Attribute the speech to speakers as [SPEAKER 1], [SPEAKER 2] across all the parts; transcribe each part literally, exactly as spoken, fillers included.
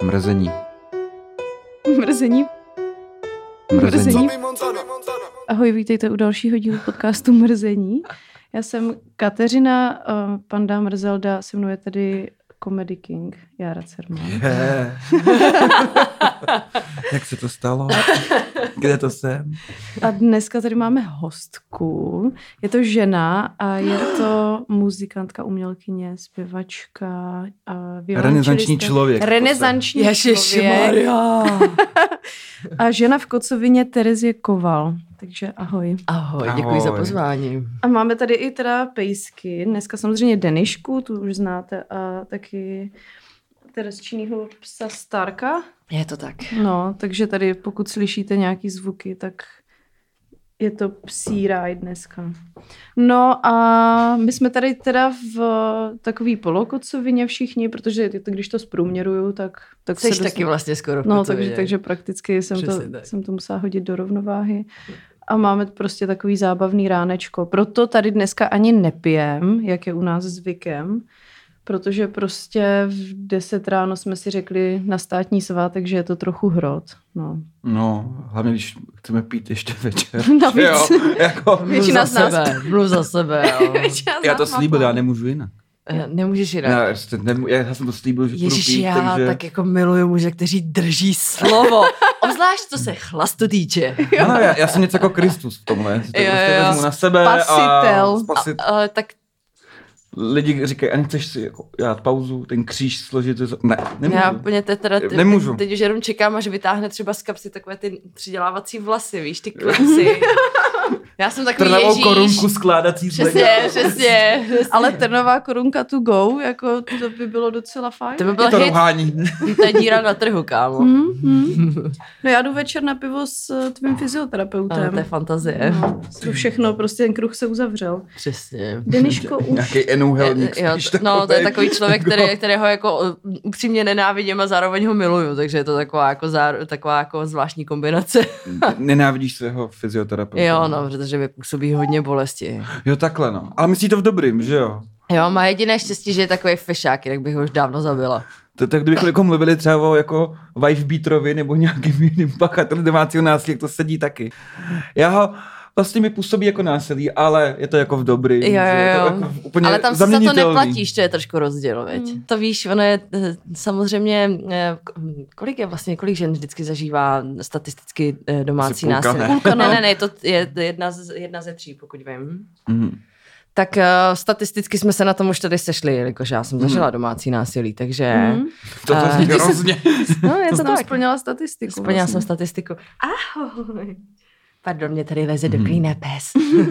[SPEAKER 1] Mrzení.
[SPEAKER 2] Mrzení. Mrzení. Ahoj, vítejte u dalšího dílu podcastu Mrzení. Já jsem Kateřina, uh, Panda Mrzelda, se mnou je tady Comedy King, Jára Cerman.
[SPEAKER 1] Yeah. Jak se to stalo? Kde to jsem?
[SPEAKER 2] A dneska tady máme hostku. Je to žena a je to muzikantka, umělkyně, zpěvačka.
[SPEAKER 1] Renesanční člověk.
[SPEAKER 2] Renesanční člověk. A žena v Kocovině Terezie Koval. Takže ahoj.
[SPEAKER 3] Ahoj, děkuji ahoj. za pozvání.
[SPEAKER 2] A máme tady i teda pejsky. Dneska samozřejmě Denišku, tu už znáte, a taky Terezčinýho psa Starka.
[SPEAKER 3] Je to tak.
[SPEAKER 2] No, takže tady pokud slyšíte nějaký zvuky, tak je to psí ráj dneska. No a my jsme tady teda v takový polokocovině všichni, protože když to zprůměruju, tak... tak
[SPEAKER 3] Jseš
[SPEAKER 2] se
[SPEAKER 3] taky dost... vlastně skoro v
[SPEAKER 2] No,
[SPEAKER 3] Kocovině.
[SPEAKER 2] takže, takže prakticky jsem to, jsem to musela hodit do rovnováhy. A máme prostě takový zábavný ránečko. Proto tady dneska ani nepijem, jak je u nás zvykem, protože prostě v deset ráno jsme si řekli na státní svátek, že je to trochu hrot. No,
[SPEAKER 1] no hlavně když chceme pít ještě večer.
[SPEAKER 2] Navíc.
[SPEAKER 1] Jo, jako...
[SPEAKER 3] Většina z sebe, mluv za sebe. Jo.
[SPEAKER 1] Já to slíbil, já nemůžu jinak.
[SPEAKER 3] Nemůžeš jinak.
[SPEAKER 1] Já, nemů- já jsem to slíbil, že
[SPEAKER 3] Ježiš,
[SPEAKER 1] budu pít,
[SPEAKER 3] já
[SPEAKER 1] takže...
[SPEAKER 3] tak jako miluju muže, kteří drží slovo. Obzvlášť, co se chlastu týče.
[SPEAKER 1] No, já, já jsem něco jako Kristus v tomhle. Si to
[SPEAKER 3] Jo,
[SPEAKER 1] prostě
[SPEAKER 3] jo.
[SPEAKER 1] vezmu na sebe
[SPEAKER 2] Spasitel.
[SPEAKER 1] a... Spasit.
[SPEAKER 3] A, a, tak
[SPEAKER 1] Lidi říkají, a nechceš si jako dát pauzu, ten kříž složit? Ne, nemůžu.
[SPEAKER 3] já úplně te, teda, te,
[SPEAKER 1] nemůžu.
[SPEAKER 3] Teď, teď už jenom čekám, až vytáhne třeba z kapsy takové ty přidělávací vlasy, víš, ty klipsy. Já jsem takový
[SPEAKER 1] Trnovou
[SPEAKER 3] Ježíš.
[SPEAKER 1] korunku skládací z
[SPEAKER 3] Přesně,
[SPEAKER 1] lega.
[SPEAKER 3] přesně, přesně.
[SPEAKER 2] Ale trnová korunka to go, jako to by bylo docela fajn.
[SPEAKER 3] To by byl
[SPEAKER 1] Je to
[SPEAKER 3] hit.
[SPEAKER 1] rouhání.
[SPEAKER 3] To je díra na trhu, kámo.
[SPEAKER 2] Mm, mm. No já jdu večer na pivo s tvým fyzioterapeutem.
[SPEAKER 3] Ale to je fantazie.
[SPEAKER 2] No, to všechno, prostě ten kruh se uzavřel.
[SPEAKER 3] Přesně.
[SPEAKER 2] Deniško už...
[SPEAKER 1] Nějaký enouhelník.
[SPEAKER 3] Jo,
[SPEAKER 1] spíš
[SPEAKER 3] t- no, to je
[SPEAKER 1] takovej.
[SPEAKER 3] takový člověk, který, kterého jako upřímně nenávidím a zároveň ho miluju, takže je to taková jako, záro, taková jako zvláštní kombinace.
[SPEAKER 1] Nenávidíš svého fyzioterapeuta?
[SPEAKER 3] Jo, no, protože mi působí hodně bolesti.
[SPEAKER 1] Jo, takhle no. Ale myslí to v dobrým, že jo?
[SPEAKER 3] Jo, má jediné štěstí, že je takový fešák, jinak bych ho už dávno zabila.
[SPEAKER 1] To, tak kdybychom jako mluvili třeba o jako wife beaterovi nebo nějakým jiným pachateli domácího násilí, jak to sedí taky. Já ho vlastně mi působí jako násilí, ale je to jako v dobrý.
[SPEAKER 3] Jo, jo,
[SPEAKER 1] je to
[SPEAKER 3] jo.
[SPEAKER 1] jako úplně
[SPEAKER 3] Ale tam se za to
[SPEAKER 1] zaměnitelný.
[SPEAKER 3] neplatíš, to je trošku rozdíl, veď. Hmm. To víš, ono je eh, samozřejmě, eh, kolik je vlastně, kolik žen vždycky zažívá statisticky eh, domácí
[SPEAKER 1] půlka,
[SPEAKER 3] násilí?
[SPEAKER 1] ne?
[SPEAKER 3] Půlka, ne, ne, ne, to je jedna, z, jedna ze tří, pokud vím.
[SPEAKER 1] Mm.
[SPEAKER 3] Tak uh, statisticky jsme se na tom už tady sešli, jelikož já jsem zažila domácí násilí, takže...
[SPEAKER 2] Mm.
[SPEAKER 1] To to
[SPEAKER 3] Eh,
[SPEAKER 1] zní hrozně.
[SPEAKER 3] No, je
[SPEAKER 2] To
[SPEAKER 3] to
[SPEAKER 2] jsem
[SPEAKER 3] tak.
[SPEAKER 2] splnila statistiku.
[SPEAKER 3] Splnila
[SPEAKER 2] vlastně.
[SPEAKER 3] jsem statistiku. Ahoj. Pardon, mě tady leze do klína pes.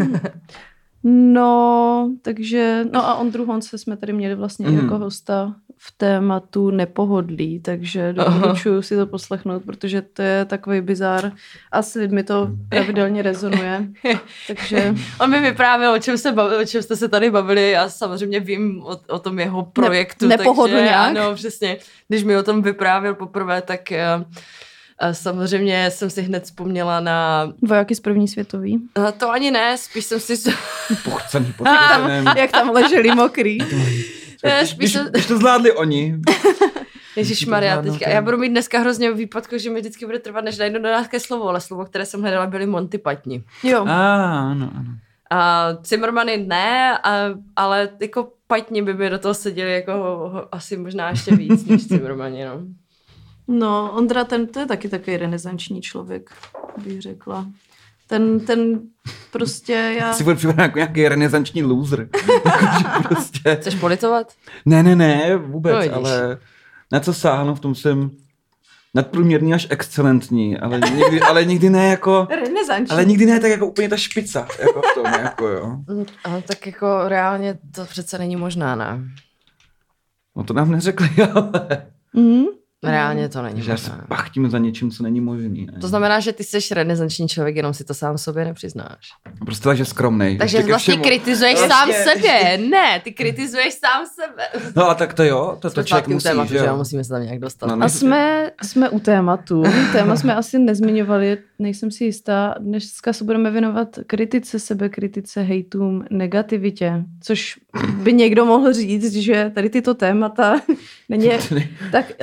[SPEAKER 2] No, takže, no a Ondru Honce jsme tady měli vlastně
[SPEAKER 1] Mm.
[SPEAKER 2] jako hosta v tématu nepohodlí, takže doporučuju si to poslechnout, protože to je takový bizár a s lidmi to pravidelně rezonuje, takže...
[SPEAKER 3] On mi vyprávěl, o čem, se bavili, o čem jste se tady bavili, já samozřejmě vím o, o tom jeho projektu.
[SPEAKER 2] Ne, nepohodl
[SPEAKER 3] takže,
[SPEAKER 2] nějak?
[SPEAKER 3] Ano, přesně. Když mi o tom vyprávěl poprvé, tak uh, uh, samozřejmě jsem si hned vzpomněla na...
[SPEAKER 2] Vojáky z první světový.
[SPEAKER 3] Uh, to ani ne, spíš jsem si...
[SPEAKER 1] Pochcený, pochcený.
[SPEAKER 2] Jak tam leželi mokrý.
[SPEAKER 3] Spíš
[SPEAKER 1] Když,
[SPEAKER 3] jsem...
[SPEAKER 1] když to zvládli oni.
[SPEAKER 3] Ježišmarja,
[SPEAKER 1] zvládnou
[SPEAKER 3] teďka,
[SPEAKER 1] ten-
[SPEAKER 3] já budu mít dneska hrozně výpadku, že mi vždycky bude trvat, než najdu nějaké slovo, ale slovo, které jsem hledala, byly Monty Pythoni.
[SPEAKER 2] Jo.
[SPEAKER 1] A, ano, ano.
[SPEAKER 3] A Zimmermany ne, a, ale jako Pythoni by mi do toho seděli jako ho, ho, asi možná ještě víc než Zimmermani, no.
[SPEAKER 2] No, Ondra, ten, to je taky takový renesanční člověk, bych řekla. Ten, ten prostě já...
[SPEAKER 1] Si budu připadat jako nějaký renesanční loser. Jakože prostě...
[SPEAKER 3] Chceš politovat?
[SPEAKER 1] Ne, ne, ne, vůbec,
[SPEAKER 3] No, vidíš.
[SPEAKER 1] ale na co sáhnu, v tom jsem nadprůměrný až excelentní, ale nikdy, ale nikdy ne jako...
[SPEAKER 2] Renesanční.
[SPEAKER 1] Ale nikdy ne tak jako úplně ta špica, jako v tom, jako jo.
[SPEAKER 3] A tak jako reálně to přece není možná, ne?
[SPEAKER 1] No to nám neřekli, ale...
[SPEAKER 2] Mm.
[SPEAKER 3] Reálně to není
[SPEAKER 1] Že já se
[SPEAKER 3] možná.
[SPEAKER 1] pachtím za něčím, co není možný. Ne?
[SPEAKER 3] To znamená, že ty jsi renesanční člověk, jenom si to sám sobě nepřiznáš.
[SPEAKER 1] Prostě takže skromnej.
[SPEAKER 3] Takže
[SPEAKER 1] Ještě ke
[SPEAKER 3] vlastně
[SPEAKER 1] všemu.
[SPEAKER 3] kritizuješ
[SPEAKER 1] Ještě-
[SPEAKER 3] sám sebe. Ne, ty kritizuješ sám sebe.
[SPEAKER 1] No a tak to jo, to, to
[SPEAKER 3] Jsme
[SPEAKER 1] člověk
[SPEAKER 3] zpátky u
[SPEAKER 1] musí,
[SPEAKER 3] tématu,
[SPEAKER 1] že
[SPEAKER 3] že jo,
[SPEAKER 1] jo.
[SPEAKER 3] musíme se tam nějak dostat.
[SPEAKER 1] No,
[SPEAKER 2] A jsme, jsme u tématu. Téma jsme asi nezmiňovali, nejsem si jistá. Dneska se budeme věnovat kritice, sebekritice, hejtům, negativitě. Což by někdo mohl říct, že tady tyto témata není tak lehce na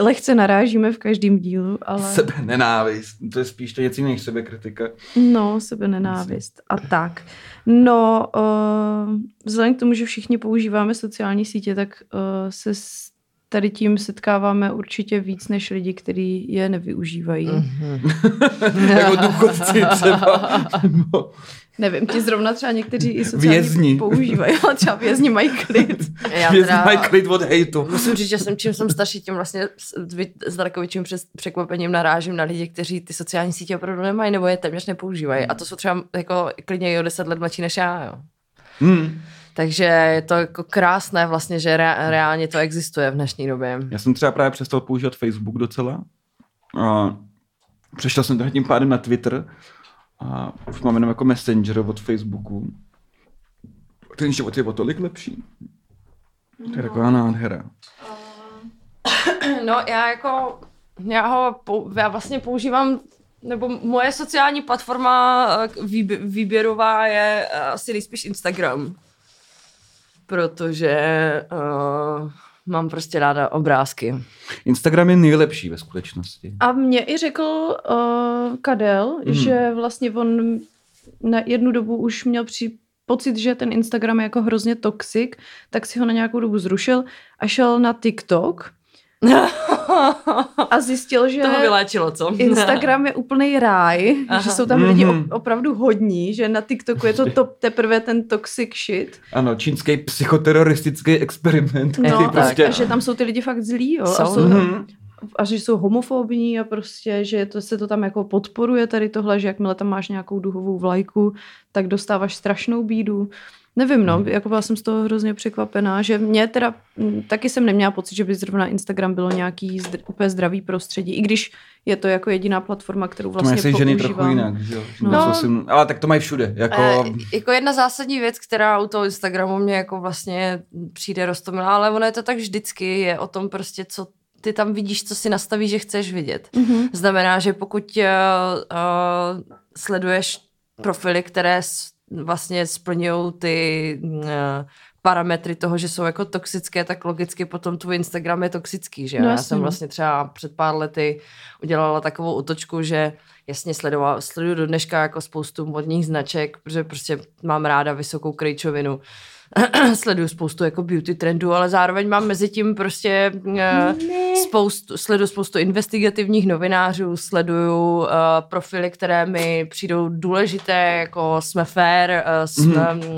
[SPEAKER 2] narážíme v každém dílu, ale...
[SPEAKER 1] Sebe nenávist, to je spíš to něco než sebekritika.
[SPEAKER 2] No, sebe nenávist a tak. No, uh, vzhledem k tomu, že všichni používáme sociální sítě, tak uh, se s tady tím setkáváme určitě víc než lidi, kteří je nevyužívají.
[SPEAKER 1] Mm-hmm. Jako důchodci třeba.
[SPEAKER 2] Nevím, ti zrovna třeba někteří i sociální
[SPEAKER 1] vězni
[SPEAKER 2] používají, ale třeba vězni mají klid.
[SPEAKER 3] Já
[SPEAKER 1] vězni
[SPEAKER 3] teda,
[SPEAKER 1] mají klid od hejtu.
[SPEAKER 3] Musím říct, že jsem čím jsem starší, tím vlastně s Darkovičím překvapením narážím na lidi, kteří ty sociální sítě opravdu nemají nebo je téměř nepoužívají. A to jsou třeba jako klidně i o deset let mladší než já. Jo.
[SPEAKER 1] Hmm.
[SPEAKER 3] Takže je to jako krásné vlastně, že re- reálně to existuje v dnešní době.
[SPEAKER 1] Já jsem třeba právě přestal používat Facebook docela. A přešel jsem tím pádem na Twitter. A už mám jenom jako Messenger od Facebooku. Ten život je o tolik lepší. To je taková nádhera.
[SPEAKER 3] No já jako, já ho já vlastně používám, nebo moje sociální platforma výběrová je asi nejspíš Instagram. Protože uh, mám prostě ráda obrázky.
[SPEAKER 1] Instagram je nejlepší ve skutečnosti.
[SPEAKER 2] A mě i řekl uh, Kadel, mm. že vlastně on na jednu dobu už měl při pocit, že ten Instagram je jako hrozně toxic, tak si ho na nějakou dobu zrušil a šel na TikTok a zjistil, že
[SPEAKER 3] toho vyléčilo, co?
[SPEAKER 2] Instagram je úplnej ráj, Aha. že jsou tam lidi opravdu hodní, že na TikToku je to, to teprve ten toxic shit.
[SPEAKER 1] Ano, čínský psychoteroristický experiment.
[SPEAKER 2] No,
[SPEAKER 1] prostě...
[SPEAKER 2] a že tam jsou ty lidi fakt zlí, jo.
[SPEAKER 3] Jsou.
[SPEAKER 2] A, jsou tam, a že jsou homofobní a prostě, že to, se to tam jako podporuje tady tohle, že jakmile tam máš nějakou duhovou vlajku, tak dostáváš strašnou bídu. Nevím, no, jako byla jsem z toho hrozně překvapená, že mě teda, taky jsem neměla pocit, že by zrovna Instagram bylo nějaký zdr, úplně zdravý prostředí, i když je to jako jediná platforma, kterou vlastně používám.
[SPEAKER 1] To mají ženy trochu jinak, že jo?
[SPEAKER 2] No.
[SPEAKER 1] No. Jsem, ale tak to mají všude. Jako...
[SPEAKER 3] E, jako jedna zásadní věc, která u toho Instagramu mě jako vlastně přijde roztomilá, ale ono je to tak vždycky, je o tom prostě, co ty tam vidíš, co si nastavíš, že chceš vidět. Mm-hmm. Znamená, že pokud uh, uh, sleduješ profily, které vlastně splňují ty uh, parametry toho, že jsou jako toxické, tak logicky potom tvůj Instagram je toxický, že jo? No, já jsem vlastně třeba před pár lety udělala takovou útočku, že jasně sledoval, sleduju do dneška jako spoustu modních značek, protože prostě mám ráda vysokou krejčovinu. Sleduju spoustu jako beauty trendů, ale zároveň mám mezi tím prostě uh, spoustu, sleduju spoustu investigativních novinářů, sleduju uh, profily, které mi přijdou důležité, jako jsme fair, uh, jsme mm. uh,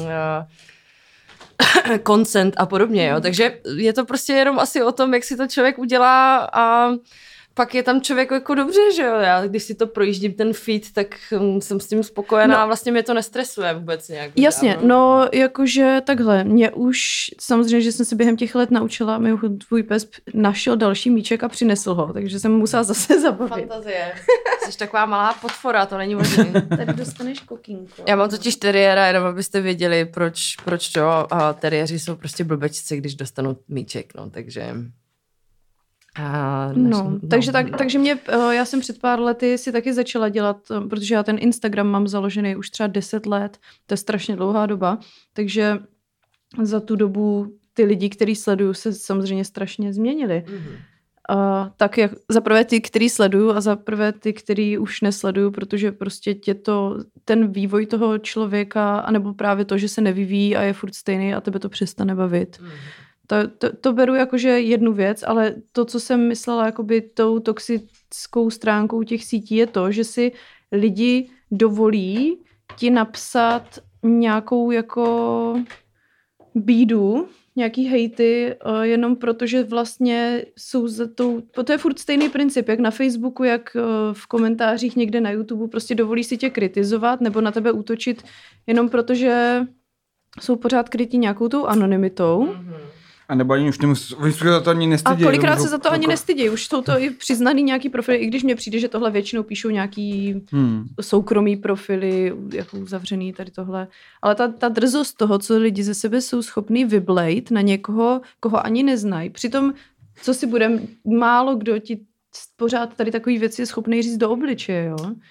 [SPEAKER 3] consent a podobně, jo. Takže je to prostě jenom asi o tom, jak si to člověk udělá a pak je tam člověk jako dobře, že jo, já když si to projíždím ten feed, tak jsem s tím spokojená a no, vlastně mě to nestresuje vůbec nějak.
[SPEAKER 2] Jasně, dávno. No jakože takhle, mě už samozřejmě, že jsem se během těch let naučila, mi tvůj pes našel další míček a přinesl ho, takže jsem musela zase zabavit.
[SPEAKER 3] Fantazie, jsi taková malá potfora, to není možné.
[SPEAKER 2] Tady dostaneš kokínko.
[SPEAKER 3] Já mám totiž teriéra, jenom abyste věděli, proč, proč to, a teriéři jsou prostě blbečci, když dostanou míček, no, takže... A naši,
[SPEAKER 2] no, no, takže, tak, takže mě, já jsem před pár lety si taky začala dělat, protože já ten Instagram mám založený už třeba deset let, to je strašně dlouhá doba, takže za tu dobu ty lidi, který sleduju, se samozřejmě strašně změnili. Mm-hmm. A tak jak zaprvé ty, který sleduju a zaprvé ty, který už nesleduju, protože prostě tě to, ten vývoj toho člověka, anebo právě to, že se nevyvíjí a je furt stejný a tebe to přestane bavit. Mm-hmm. To, to, to beru jakože jednu věc, ale to, co jsem myslela jakoby tou toxickou stránkou těch sítí, je to, že si lidi dovolí ti napsat nějakou jako bídu, nějaký hejty, jenom protože vlastně jsou za tou... To je furt stejný princip, jak na Facebooku, jak v komentářích někde na YouTube, prostě dovolí si tě kritizovat nebo na tebe útočit jenom protože jsou pořád kryti nějakou tou anonymitou. Mm-hmm.
[SPEAKER 1] A nebo ani už nemusí, už se za to ani nestydí.
[SPEAKER 2] A kolikrát se za to ani nestydí, už jsou to i přiznaný nějaký profily, i když mně přijde, že tohle většinou píšou nějaký hmm. soukromý profily, jako uzavřený tady tohle. Ale ta, ta drzost toho, co lidi ze sebe jsou schopní vyblejt na někoho, koho ani neznají. Přitom, co si budem, málo kdo ti pořád tady takový věci je schopný říct do obličeje, jo.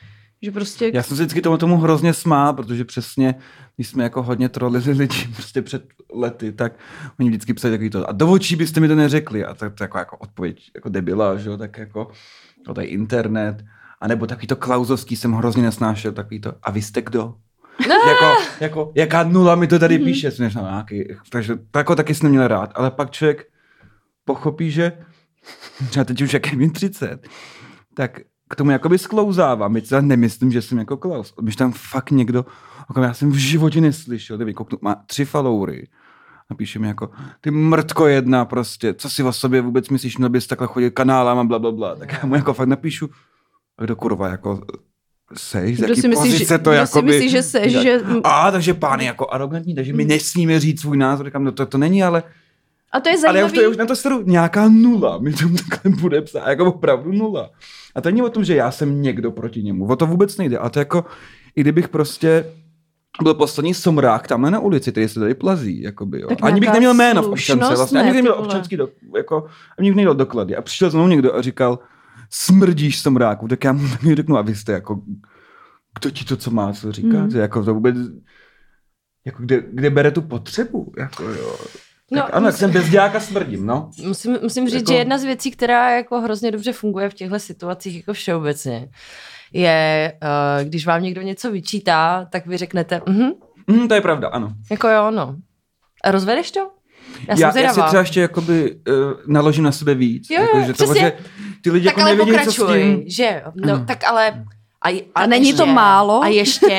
[SPEAKER 2] Že prostě...
[SPEAKER 1] Já jsem si vždycky tomu, tomu hrozně smál, protože přesně, když jsme jako hodně trolili lidi prostě před lety, tak oni vždycky psali takový to, a do očí byste mi to neřekli. A tak to jako, jako odpověď jako debila, že jo, tak jako, to je internet. A nebo takový to klauzovský jsem hrozně nesnášel, takový to, a vy jste kdo? jako, jako, jaká nula mi to tady mm-hmm. píše, než na nějaký, takže to jako taky jsem neměl rád, ale pak člověk pochopí, že já teď už jak je mi třicet, tak k tomu jakoby sklouzávám, teď nemyslím, že jsem jako Klaus, když tam fakt někdo, já jsem v životě neslyšel, kdyby kouknu, má tři followry, napíše mi jako, ty mrtko jedna prostě, co si o sobě vůbec myslíš, měl bys takhle chodit kanálem a blablabla, tak já mu jako fakt napíšu, a kdo kurva, jako seš, z jaký pozice to jakoby...
[SPEAKER 2] Kdo si myslí, že seš, že...
[SPEAKER 1] A, takže pán je jako arrogantní, takže my nesmíme říct svůj názor, říkám, no to, to není, ale...
[SPEAKER 2] A to je zajímavý.
[SPEAKER 1] Ale já už, to, já už na to staru nějaká nula, mi to takhle bude psát, jako opravdu nula. A to není o tom, že já jsem někdo proti němu, o to vůbec nejde, ale to jako, i kdybych prostě byl poslední somrák tamhle na ulici, který se tady plazí, jakoby, jo. Ani bych neměl jméno v občance, vlastně, ani bych neměl občanský, do, jako, ani bych neměl doklady. A přišel znovu někdo a říkal, smrdíš somráku, tak já mu taky řeknu, a vy jste jako, kdo ti to, co má, co říká, mm. jako to vůbec, jako kde, kde bere tu potřebu, jako jo. No, tak ano, musím, jak jsem bezděláka smrdím, no.
[SPEAKER 3] Musím, musím říct, jako... že jedna z věcí, která jako hrozně dobře funguje v těchto situacích jako všeobecně, je, uh, když vám někdo něco vyčítá, tak vy řeknete, mhm.
[SPEAKER 1] Mm, to je pravda, ano.
[SPEAKER 3] Jako jo, no. A rozvedeš to? Já,
[SPEAKER 1] já, já si třeba ještě jakoby uh, naložím na sebe víc.
[SPEAKER 3] Jo,
[SPEAKER 1] jako, že
[SPEAKER 3] přesně.
[SPEAKER 1] To, že ty lidi
[SPEAKER 3] tak
[SPEAKER 1] jako
[SPEAKER 3] ale
[SPEAKER 1] nevědí, co s tím.
[SPEAKER 3] že no, mm. tak ale... A, a,
[SPEAKER 2] a není ještě, to málo?
[SPEAKER 3] A ještě...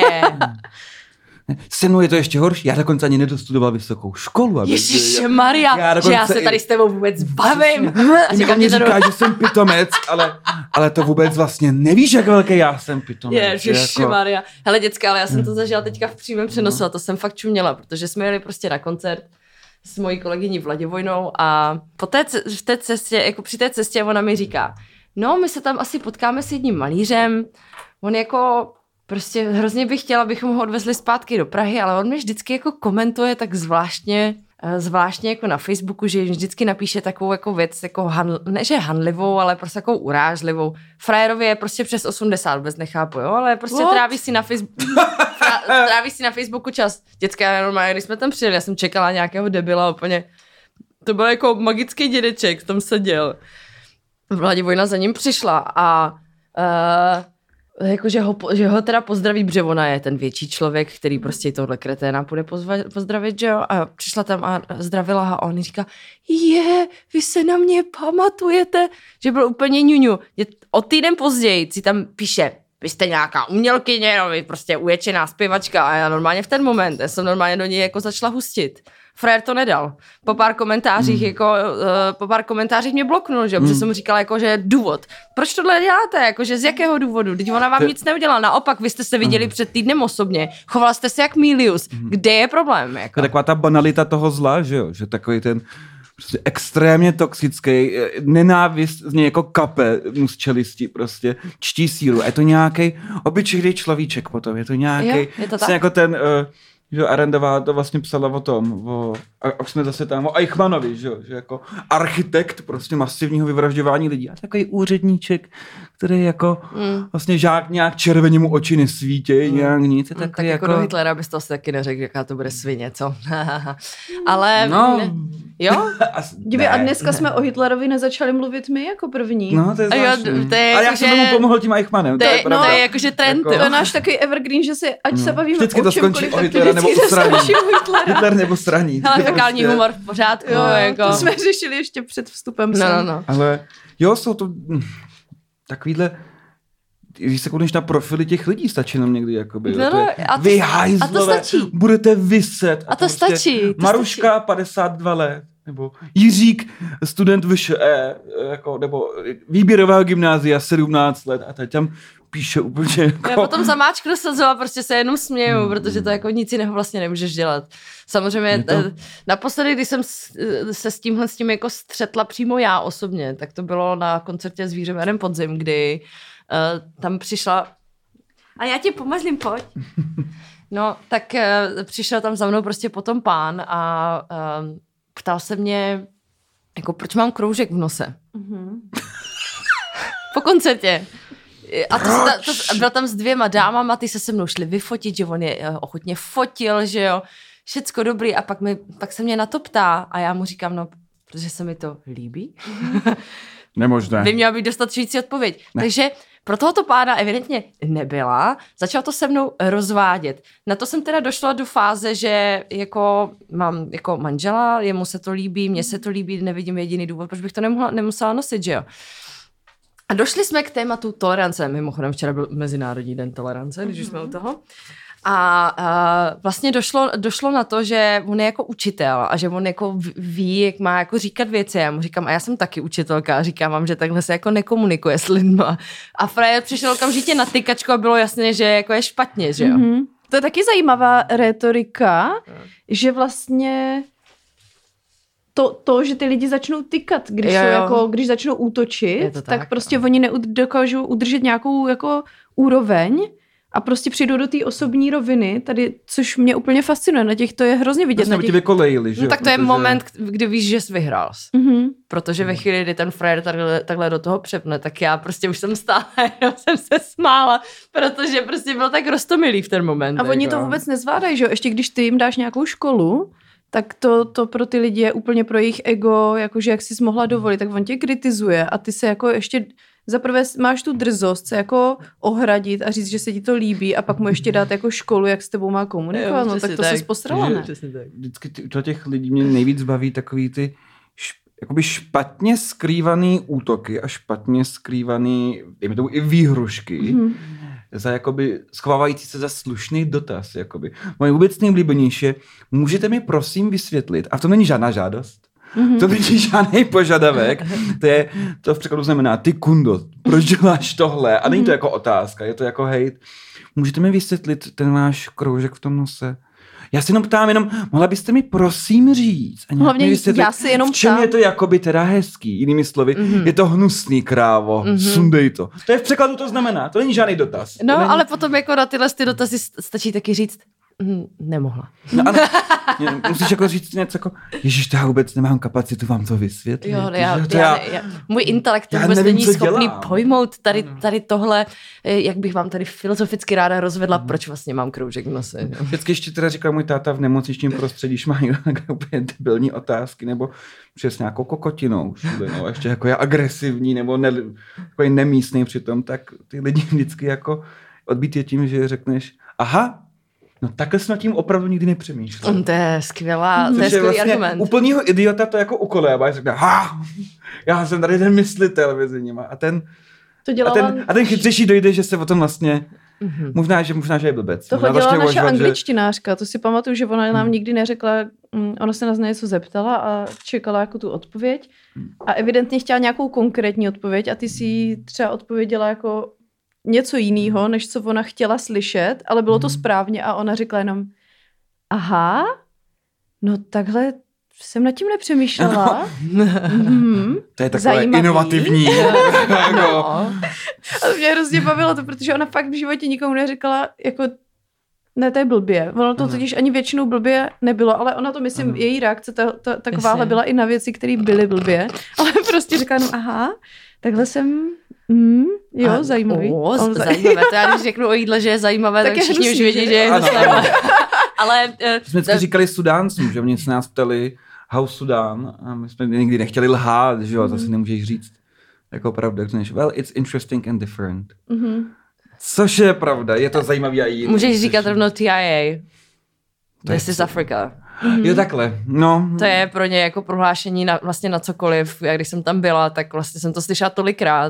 [SPEAKER 1] Se mnou je to ještě horší. Já dokonce ani nedostudoval vysokou školu.
[SPEAKER 3] Ježišmarja, já že já se tady s tebou vůbec bavím.
[SPEAKER 1] A říká, mě říká, že jsem pitomec, ale, ale to vůbec vlastně nevíš, jak velký já jsem pitomec.
[SPEAKER 3] Ježišmarja. Jako... Hele děcka, ale já jsem to zažila teďka v přímém přenosu a to jsem fakt čuměla, protože jsme jeli prostě na koncert s mojí kolegyní Vladivojnou a po té, v té cestě, jako při té cestě ona mi říká, no my se tam asi potkáme s jedním malířem, on jako... Prostě hrozně bych chtěla, abychom ho odvezli zpátky do Prahy, ale on mi vždycky jako komentuje tak zvláštně, zvláštně jako na Facebooku, že vždycky napíše takovou jako věc, jako han, ne že hanlivou, ale prostě takovou urážlivou. Frajerovi je prostě přes osmdesát, vůbec nechápu, jo, ale prostě What? tráví si na Facebooku tráví si na Facebooku čas. Děcka, normálně, když jsme tam přijeli, já jsem čekala nějakého debila úplně, to byl jako magický dědeček, tam seděl. Vladivojna za ním přišla a uh, jako, že ho, že ho teda pozdraví, protože ona je ten větší člověk, který prostě tohle kreténa půjde pozva, pozdravit, že jo? A přišla tam a zdravila a on říká, je, vy se na mě pamatujete, že byl úplně ňuňu. O týden později si tam píše, vy jste nějaká umělkyně, no, vy prostě uječená zpěvačka a já normálně v ten moment, já jsem normálně do něj jako začala hustit. Frér to nedal. Po pár komentářích, mm. jako, uh, po pár komentářích mě bloknul, že? Mm. Protože jsem mu říkala, jako, že důvod. Proč tohle děláte? Jako, že z jakého důvodu? Teď ona vám to... nic neudělala. Naopak, vy jste se viděli mm. před týdnem osobně. Chovala jste se jak Milius. Mm. Kde je problém? Jako?
[SPEAKER 1] To je taková ta banalita toho zla, že jo? Že takový ten prostě extrémně toxický, nenávist z něj jako kape mu z čelisti, prostě čtí sílu. A je to nějaký obyčejný človíček potom. Je to nějaký, jako ten... Uh, že Arendová to vlastně psala o tom, o, a už jsme zase tam, o Eichmannovi, že, že jako architekt prostě masivního vyvražďování lidí a takový úředníček, který jako mm. vlastně žák nějak červeně mu oči nesvítějí, mm. nějak nic.
[SPEAKER 3] Mm, tak jako do Hitlera bys to asi taky neřekl, jaká to bude svině, co? Ale
[SPEAKER 1] no,
[SPEAKER 3] ne, jo?
[SPEAKER 2] Dívej, a dneska ne. jsme o Hitlerovi nezačali mluvit my jako první.
[SPEAKER 1] No, to je zvláštní.
[SPEAKER 3] To je
[SPEAKER 1] a
[SPEAKER 3] jako
[SPEAKER 1] já jsem tomu pomohl tím Eichmannem.
[SPEAKER 3] To je, to je, no, to je jakože trend.
[SPEAKER 2] Jako, to je náš takový evergreen, že si, ať se bavíme
[SPEAKER 1] vždycky
[SPEAKER 2] o čemkoliv,
[SPEAKER 1] tak Hitlera nebo straní. Hitler nebo straní.
[SPEAKER 3] Ale fekální prostě... humor v pořádku.
[SPEAKER 2] Jo,
[SPEAKER 3] jako.
[SPEAKER 2] To jsme řešili ještě před vstupem
[SPEAKER 3] no,
[SPEAKER 2] sem.
[SPEAKER 3] No, no.
[SPEAKER 1] Ale jo, jsou to takovýhle, když se koukneš na profily těch lidí, stačí nám někdy jakoby.
[SPEAKER 3] No, no, a to,
[SPEAKER 1] vy hajzlové, budete vyset.
[SPEAKER 3] A, a to prostě stačí. To
[SPEAKER 1] Maruška,
[SPEAKER 3] stačí.
[SPEAKER 1] padesát dva let. Nebo Jiřík, student V Š E, jako, nebo výběrového gymnázia, sedmnáct let a teď tam píše úplně jako...
[SPEAKER 3] Já potom zamáčknu slzu a prostě se jenom směju, hmm. protože to jako nic jiného vlastně nemůžeš dělat. Samozřejmě to... naposledy, když jsem se s tímhle s tím jako střetla přímo já osobně, tak to bylo na koncertě s Vířem Podzim, kdy uh, tam přišla a já tě pomazlím, pojď. No, tak uh, přišel tam za mnou prostě potom pán a uh, ptal se mě, jako proč mám kroužek v nose. Mm-hmm. Po koncertě. A to, to, to, byl tam s dvěma dámama, ty se se mnou šli vyfotit, že on je ochotně fotil, že jo, všecko dobrý a pak, mi, pak se mě na to ptá a já mu říkám, no, protože se mi to líbí.
[SPEAKER 1] Nemožné.
[SPEAKER 3] By měla být dostačující odpověď. Ne. Takže pro tohoto pána evidentně nebyla, začal to se mnou rozvádět. Na to jsem teda došla do fáze, že jako mám jako manžela, jemu se to líbí, mně se to líbí, nevidím jediný důvod, proč bych to nemohla, nemusela nosit, že jo. A došli jsme k tématu tolerance. Mimochodem včera byl Mezinárodní den tolerance, když mm-hmm. jsme u toho. A, a vlastně došlo, došlo na to, že on je jako učitel a že on jako ví, jak má jako říkat věci. Já mu říkám, a já jsem taky učitelka a říkám vám, že takhle se jako nekomunikuje s lidma. A frajer přišel okamžitě na tykačku a bylo jasné, že jako je špatně, že jo. Mm-hmm.
[SPEAKER 2] To je taky zajímavá rétorika, mm. že vlastně To, to, že ty lidi začnou tykat, když, jo, jo. Jako, když začnou útočit, tak, tak prostě no. Oni nedokážou udržet nějakou jako úroveň a prostě přijdou do té osobní roviny, tady, což mě úplně fascinuje, na těch to je hrozně vidět.
[SPEAKER 1] Vlastně těch... vykolejili, že?
[SPEAKER 3] No, tak to
[SPEAKER 1] protože...
[SPEAKER 3] je moment, kdy víš, že jsi vyhrál. Mm-hmm. Protože ve chvíli, kdy ten frajer takhle, takhle do toho přepne, tak já prostě už jsem stála, jenom jsem se smála, protože prostě byl tak roztomilý v ten moment.
[SPEAKER 2] A jako. Oni to vůbec nezvládají, že jo? Ještě když ty jim dáš nějakou školu, tak to, to pro ty lidi je úplně pro jejich ego, jakože jak jsi mohla dovolit, tak on tě kritizuje a ty se jako ještě zaprvé máš tu drzost se jako ohradit a říct, že se ti to líbí a pak mu ještě dát jako školu, jak s tebou má komunikovat, no tak to se posrala, ne?
[SPEAKER 1] Vždycky to těch lidí mě nejvíc baví takový ty šp, jakoby špatně skrývaný útoky a špatně skrývaný, dejme tomu i výhrušky, mm-hmm. za jakoby schovávající se za slušný dotaz. Jakoby. Moje vůbec nejblíbenější je, můžete mi prosím vysvětlit, a v tom není žádná žádost, mm-hmm. to není žádný požadavek, to, je, to v překladu znamená, ty kundo, proč děláš tohle? A není to jako otázka, je to jako hejt. Můžete mi vysvětlit ten váš kroužek v tom nose? Já se jenom ptám, jenom, mohla byste mi prosím říct? A
[SPEAKER 2] hlavně já si jenom
[SPEAKER 1] v čem
[SPEAKER 2] ptám.
[SPEAKER 1] Je to jakoby teda hezký? Jinými slovy, mm-hmm. je to hnusný, krávo, mm-hmm. sundej to. To je v překladu to znamená, to není žádný dotaz.
[SPEAKER 3] No,
[SPEAKER 1] není...
[SPEAKER 3] ale potom jako na tyhle ty dotazy stačí taky říct, mm, nemohla.
[SPEAKER 1] No, ale musíš jako říct něco jako, ježiš, já vůbec nemám kapacitu vám to vysvětlit.
[SPEAKER 3] Jo, já, já, já, já, můj intelekt já vůbec nevím, není schopný dělám. Pojmout tady, tady tohle, jak bych vám tady filozoficky ráda rozvedla, mm. proč vlastně mám kroužek v nose.
[SPEAKER 1] Vždycky ještě teda říkal můj táta v nemocničním prostředí, že mají úplně debilní otázky, nebo přes nějakou kokotinou všude, no, ještě jako je agresivní, nebo ne, jako je nemístný přitom, tak ty lidi vždycky jako odbít je tím, že řekneš, aha, no takhle jsem nad tím opravdu nikdy nepřemýšlel.
[SPEAKER 3] To je skvělá, to je skvělý vlastně argument.
[SPEAKER 1] Úplnýho idiota to jako ukolébá, že řekne, ha, já jsem tady ten myslitel mezi nima. A ten,
[SPEAKER 2] to a
[SPEAKER 1] ten, a ten chytřejší dojde, že se o tom vlastně, mm-hmm. možná, že, možná, že je blbec.
[SPEAKER 2] Tohle dělala naše uvažovat, angličtinářka, to si pamatuju, že ona nám nikdy neřekla, ona se nás na něco zeptala a čekala jako tu odpověď a evidentně chtěla nějakou konkrétní odpověď a ty si třeba odpověděla jako něco jiného, než co ona chtěla slyšet, ale bylo to správně a ona řekla jenom aha, no takhle jsem nad tím nepřemýšlela. Mm,
[SPEAKER 1] to je takové zajímavý. Inovativní.
[SPEAKER 2] No. A to mě hrozně bavilo to, protože ona fakt v životě nikomu neřekla jako ne, to je blbě. Ono to totiž ani většinou blbě nebylo, ale ona to, myslím, ano. Její reakce ta, ta, takováhle byla i na věci, které byly blbě. Ale prostě říká jenom aha, takhle jsem Mm, jo, a, zajímavý.
[SPEAKER 3] O, z- zajímavé. To já když řeknu o jídle, že je zajímavé, tak, tak všichni už vědí, že je zajímavé. Ale
[SPEAKER 1] uh, jsme vždycky říkali Sudáncům, že oni se nás ptali how Sudán a my jsme nikdy nechtěli lhát, že jo, mm. to si nemůžeš říct. Jako pravda, jak well, it's interesting and different. Mm-hmm. Což je pravda, je to zajímavý a jiný.
[SPEAKER 3] Můžeš říkat rovnou T I A. This is Africa.
[SPEAKER 1] Mm-hmm. Jo, takhle, no.
[SPEAKER 3] To je pro ně jako prohlášení na, vlastně na cokoliv. Já když jsem tam byla, tak vlastně jsem to slyšela tolikrát.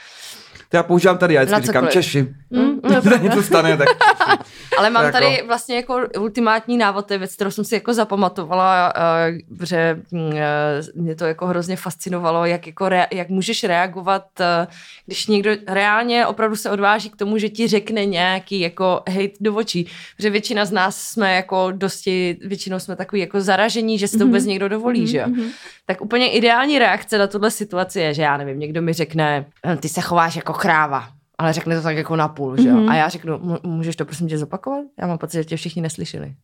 [SPEAKER 1] To já používám tady, já vždycky říkám Češi. Mm, něco stane, tak...
[SPEAKER 3] Ale mám jako... tady vlastně jako ultimátní návod, to je věc, kterou jsem si jako zapamatovala, uh, že uh, mě to jako hrozně fascinovalo, jak, jako rea- jak můžeš reagovat, uh, když někdo reálně opravdu se odváží k tomu, že ti řekne nějaký jako hejt do očí. Protože většina z nás jsme jako dosti, většinou jsme takový jako zaražení, že si to vůbec mm-hmm. někdo dovolí, mm-hmm. že jo. Tak úplně ideální reakce na tuhle situaci je, že já nevím, někdo mi řekne, ty se chováš jako kráva. Ale řekne to tak jako napůl, že jo? Mm-hmm. A já řeknu, můžeš to prosím tě zopakovat? Já mám pocit, že tě všichni neslyšeli.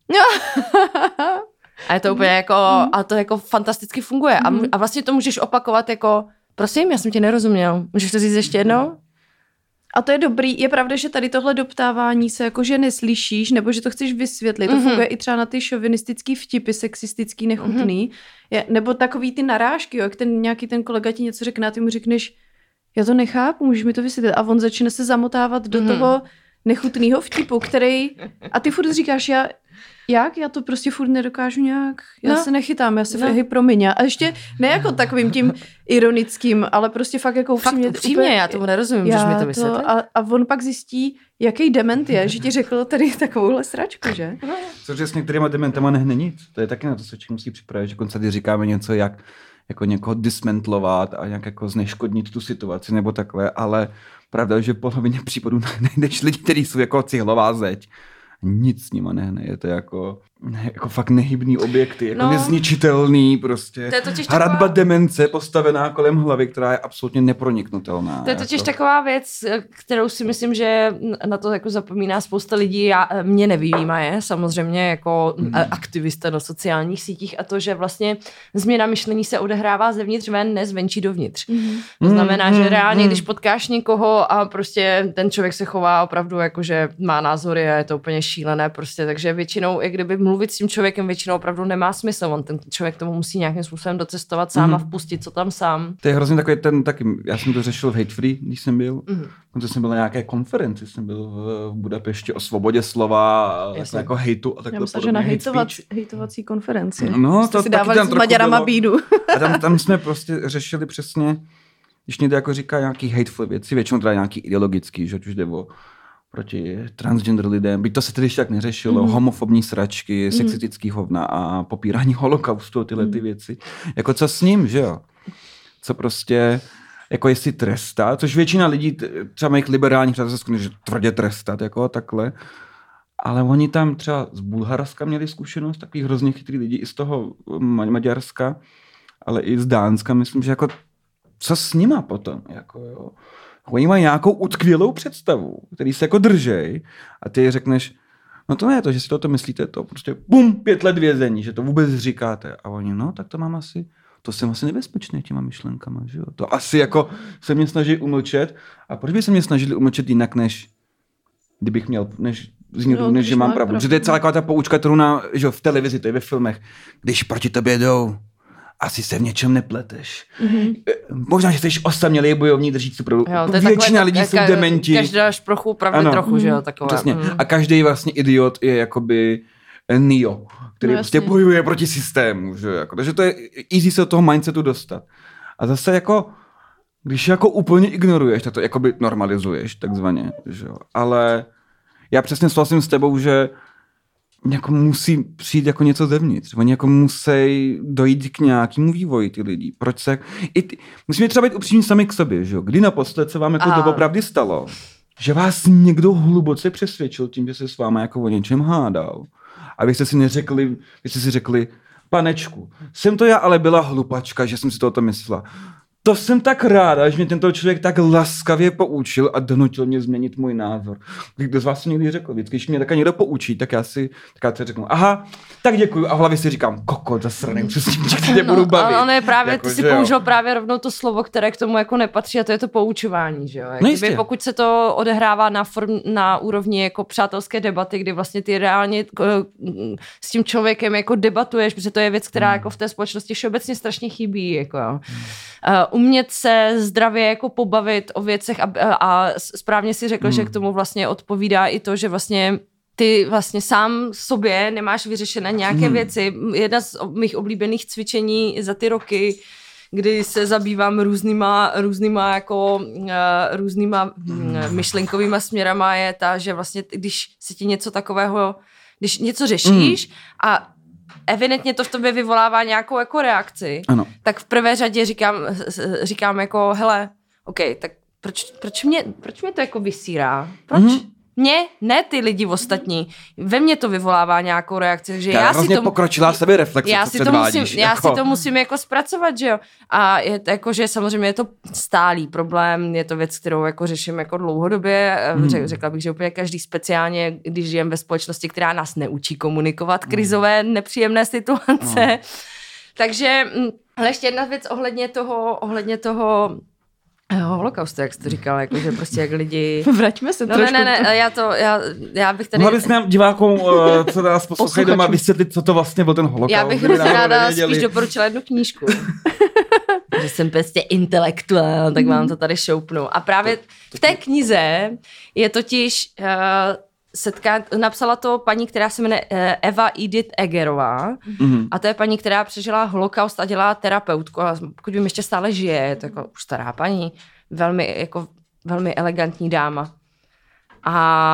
[SPEAKER 3] A je to úplně jako, mm-hmm. a to jako fantasticky funguje. Mm-hmm. A, a vlastně to můžeš opakovat jako, prosím, já jsem tě nerozuměl. Můžeš to říct ještě jednou?
[SPEAKER 2] A to je dobrý. Je pravda, že tady tohle doptávání se jakože neslyšíš, nebo že to chceš vysvětlit. To mm-hmm. funguje i třeba na ty šovinistický vtipy, sexistický, nechutný. Mm-hmm. Je, nebo takový ty narážky, jo, jak ten nějaký ten kolega ti něco řekne a ty mu řekneš, já to nechápu, můžeš mi to vysvětlit. A on začne se zamotávat do mm-hmm. toho nechutného vtipu, který... A ty furt říkáš, já... Jak? Já to prostě furt nedokážu nějak, já no. se nechytám, já se no. hej, promiň. A ještě ne jako takovým tím ironickým, ale prostě fakt jako
[SPEAKER 3] upřímně. Fakt upřímně, úplně, já tomu nerozumím, můžeš mi to vysvětlit.
[SPEAKER 2] A, a on pak zjistí, jaký dement je, že ti řekl tady takovouhle sračku, že?
[SPEAKER 1] Což s některýma dementama nehne nic. To je taky na to, co člověk musí připravit, že konce tady říkáme něco, jak jako někoho dismentlovat a nějak jako zneškodnit tu situaci nebo takhle, ale pravda, že v polovině případů najdeš lidi, kteří jsou jako cihlová zeď. Nic s nima nehne, je to jako, jako fakt nehybný objekty, jako no, nezničitelný prostě. Hradba taková... demence postavená kolem hlavy, která je absolutně neproniknutelná.
[SPEAKER 3] To je totiž
[SPEAKER 1] jako...
[SPEAKER 3] taková věc, kterou si myslím, že na to jako zapomíná spousta lidí. Já, mě nevyjímaje, samozřejmě jako mm. aktivista na sociálních sítích a to, že vlastně změna myšlení se odehrává zevnitř ven, ne zvenčí dovnitř. Mm. To znamená, že reálně, když potkáš někoho a prostě ten člověk se chová opravdu jako, že má názory a je to úplně šílené prostě, takže většinou, i kdyby mluvit s tím člověkem, většinou opravdu nemá smysl. On ten člověk tomu musí nějakým způsobem docestovat sám mm. a vpustit, co tam sám.
[SPEAKER 1] To je hrozně takový ten, taky, já jsem to řešil v Hate Free, když jsem byl, mm. protože jsem byl na nějaké konferenci, jsem byl v Budapešti o svobodě slova, jako hejtu a takhle.
[SPEAKER 2] Já myslím, že na hejtovací, hejtovací konferenci.
[SPEAKER 1] No,
[SPEAKER 2] to si dávali s Maďarama bídu.
[SPEAKER 1] A tam, tam jsme prostě řešili přesně, když někdo jako říká nějaký hateful věci, většinou teda nějaký ideologický, že už jde o proti transgender lidem, byť to se tedy ještě tak neřešilo, mm. homofobní sračky, mm. sexistický hovna a popírání holokaustu, tyhle ty věci. Jako co s ním, že jo? Co prostě, jako jestli trestá, což většina lidí, třeba mých liberálních přátel se skutečně, že tvrdě trestat, jako takhle. Ale oni tam třeba z Bulharska měli zkušenost, takových hrozně chytrý lidi, i z toho Maďarska, ale i z Dánska, myslím, že jako co s nima potom, jako jo? Oni mají nějakou utkvělou představu, který se jako držej a ty řekneš, no to ne to, že si toto myslíte, to prostě bum, pět let vězení, že to vůbec říkáte. A oni, no tak to mám asi, to jsem asi nebezpečný těma myšlenkama, že jo. To asi jako se mě snaží umlčet a proč by se mě snažili umlčet jinak, než kdybych měl, než z ní no, než že mám pravdu. Protože to je celá ta poučka, kterou na, že jo, v televizi, to je ve filmech, když proti tobě jdou, asi se v něčem nepleteš. Mm-hmm. Možná, že jsi osamělý bojovník držící pravdu. Většina lidí jsou dementi.
[SPEAKER 3] Každá šprochu pravdy trochu, že jo, takové.
[SPEAKER 1] Přesně. Mm. A každý vlastně idiot je jakoby Neo, který no, prostě bojuje proti systému, že jako. Takže to je easy se od toho mindsetu dostat. A zase jako, když jako úplně ignoruješ, tak to jakoby normalizuješ, takzvaně, že jo. Ale já přesně souhlasím s tebou, že jako musí přijít jako něco zevnitř. Oni jako musí dojít k nějakému vývoji ty lidi. Proč se... I ty... Musíme třeba být upřímní sami k sobě, že jo? Kdy naposled se vám jako to opravdu stalo? Že vás někdo hluboce přesvědčil tím, že se s váma jako o něčem hádal. A vy jste si neřekli, vy jste si řekli, panečku, jsem to já, ale byla hlupačka, že jsem si to myslela. To jsem tak ráda, že mě tento člověk tak laskavě poučil a donutil mě změnit můj názor. Kdo z vás to někdy řekl? Vždycky, když mě taká někdo poučí, tak já si tak já si řeknu, aha, tak děkuju. A v hlavě si říkám, kokot, zasraný, přesně, že tě budu bavit.
[SPEAKER 3] No, ne, právě, jako, ty si použil jo. právě rovnou to slovo, které k tomu jako nepatří a to je to poučování, že jo. No kdyby, pokud se to odehrává na, form, na úrovni jako přátelské debaty, kdy vlastně ty reálně s tím člověkem jako debatuješ, protože to je věc, která hmm. jako v té společnosti všeobecně strašně chybí, jako jo. Uh, umět se zdravě jako pobavit o věcech a, a, a správně si řekl, hmm. že k tomu vlastně odpovídá i to, že vlastně ty vlastně sám sobě nemáš vyřešené nějaké hmm. věci. Jedna z mých oblíbených cvičení za ty roky, kdy se zabývám různýma, různýma jako uh, různýma hmm. myšlenkovýma směrama je ta, že vlastně když se ti něco takového, když něco řešíš hmm. a evidentně to v tobě vyvolává nějakou jako reakci,
[SPEAKER 1] ano.
[SPEAKER 3] tak v prvé řadě říkám, říkám jako, hele, OK, tak proč, proč, mě, proč mě to jako vysírá? Proč? Mm-hmm. Mě, ne ty lidi ostatní. Ve mně to vyvolává nějakou reakci. Takže já, já si to
[SPEAKER 1] pokročila sebereflexe,
[SPEAKER 3] já
[SPEAKER 1] co
[SPEAKER 3] si to
[SPEAKER 1] předvádíš.
[SPEAKER 3] musím, Já
[SPEAKER 1] jako...
[SPEAKER 3] si to musím jako zpracovat, že jo. A je to jako, že samozřejmě je to stálý problém, je to věc, kterou jako řeším jako dlouhodobě. Hmm. Řekla bych, že úplně každý speciálně, když žijem ve společnosti, která nás neučí komunikovat krizové, nepříjemné situace. Hmm. Takže, ale ještě jedna věc ohledně toho, ohledně toho Holokaust, jak jsi to říkal, jako, že prostě jak lidi...
[SPEAKER 2] Vraťme se
[SPEAKER 3] no,
[SPEAKER 2] trošku.
[SPEAKER 3] Ne, ne, ne, já to, já, já bych tady...
[SPEAKER 1] Mohla bys nám divákům, co nás poslouchají doma, vysvětlit, co to vlastně byl ten holokaust?
[SPEAKER 3] Já bych hrozně ráda spíš doporučila jednu knížku. Že jsem prostě intelektuál, tak vám to tady šoupnu. A právě v té knize je totiž... Uh, Setká, napsala to paní, která se jmenuje Eva Edith Egerová mm-hmm. a to je paní, která přežila holokaust a dělá terapeutku a pokud vím, ještě stále žije, je to jako už stará paní, velmi, jako, velmi elegantní dáma. A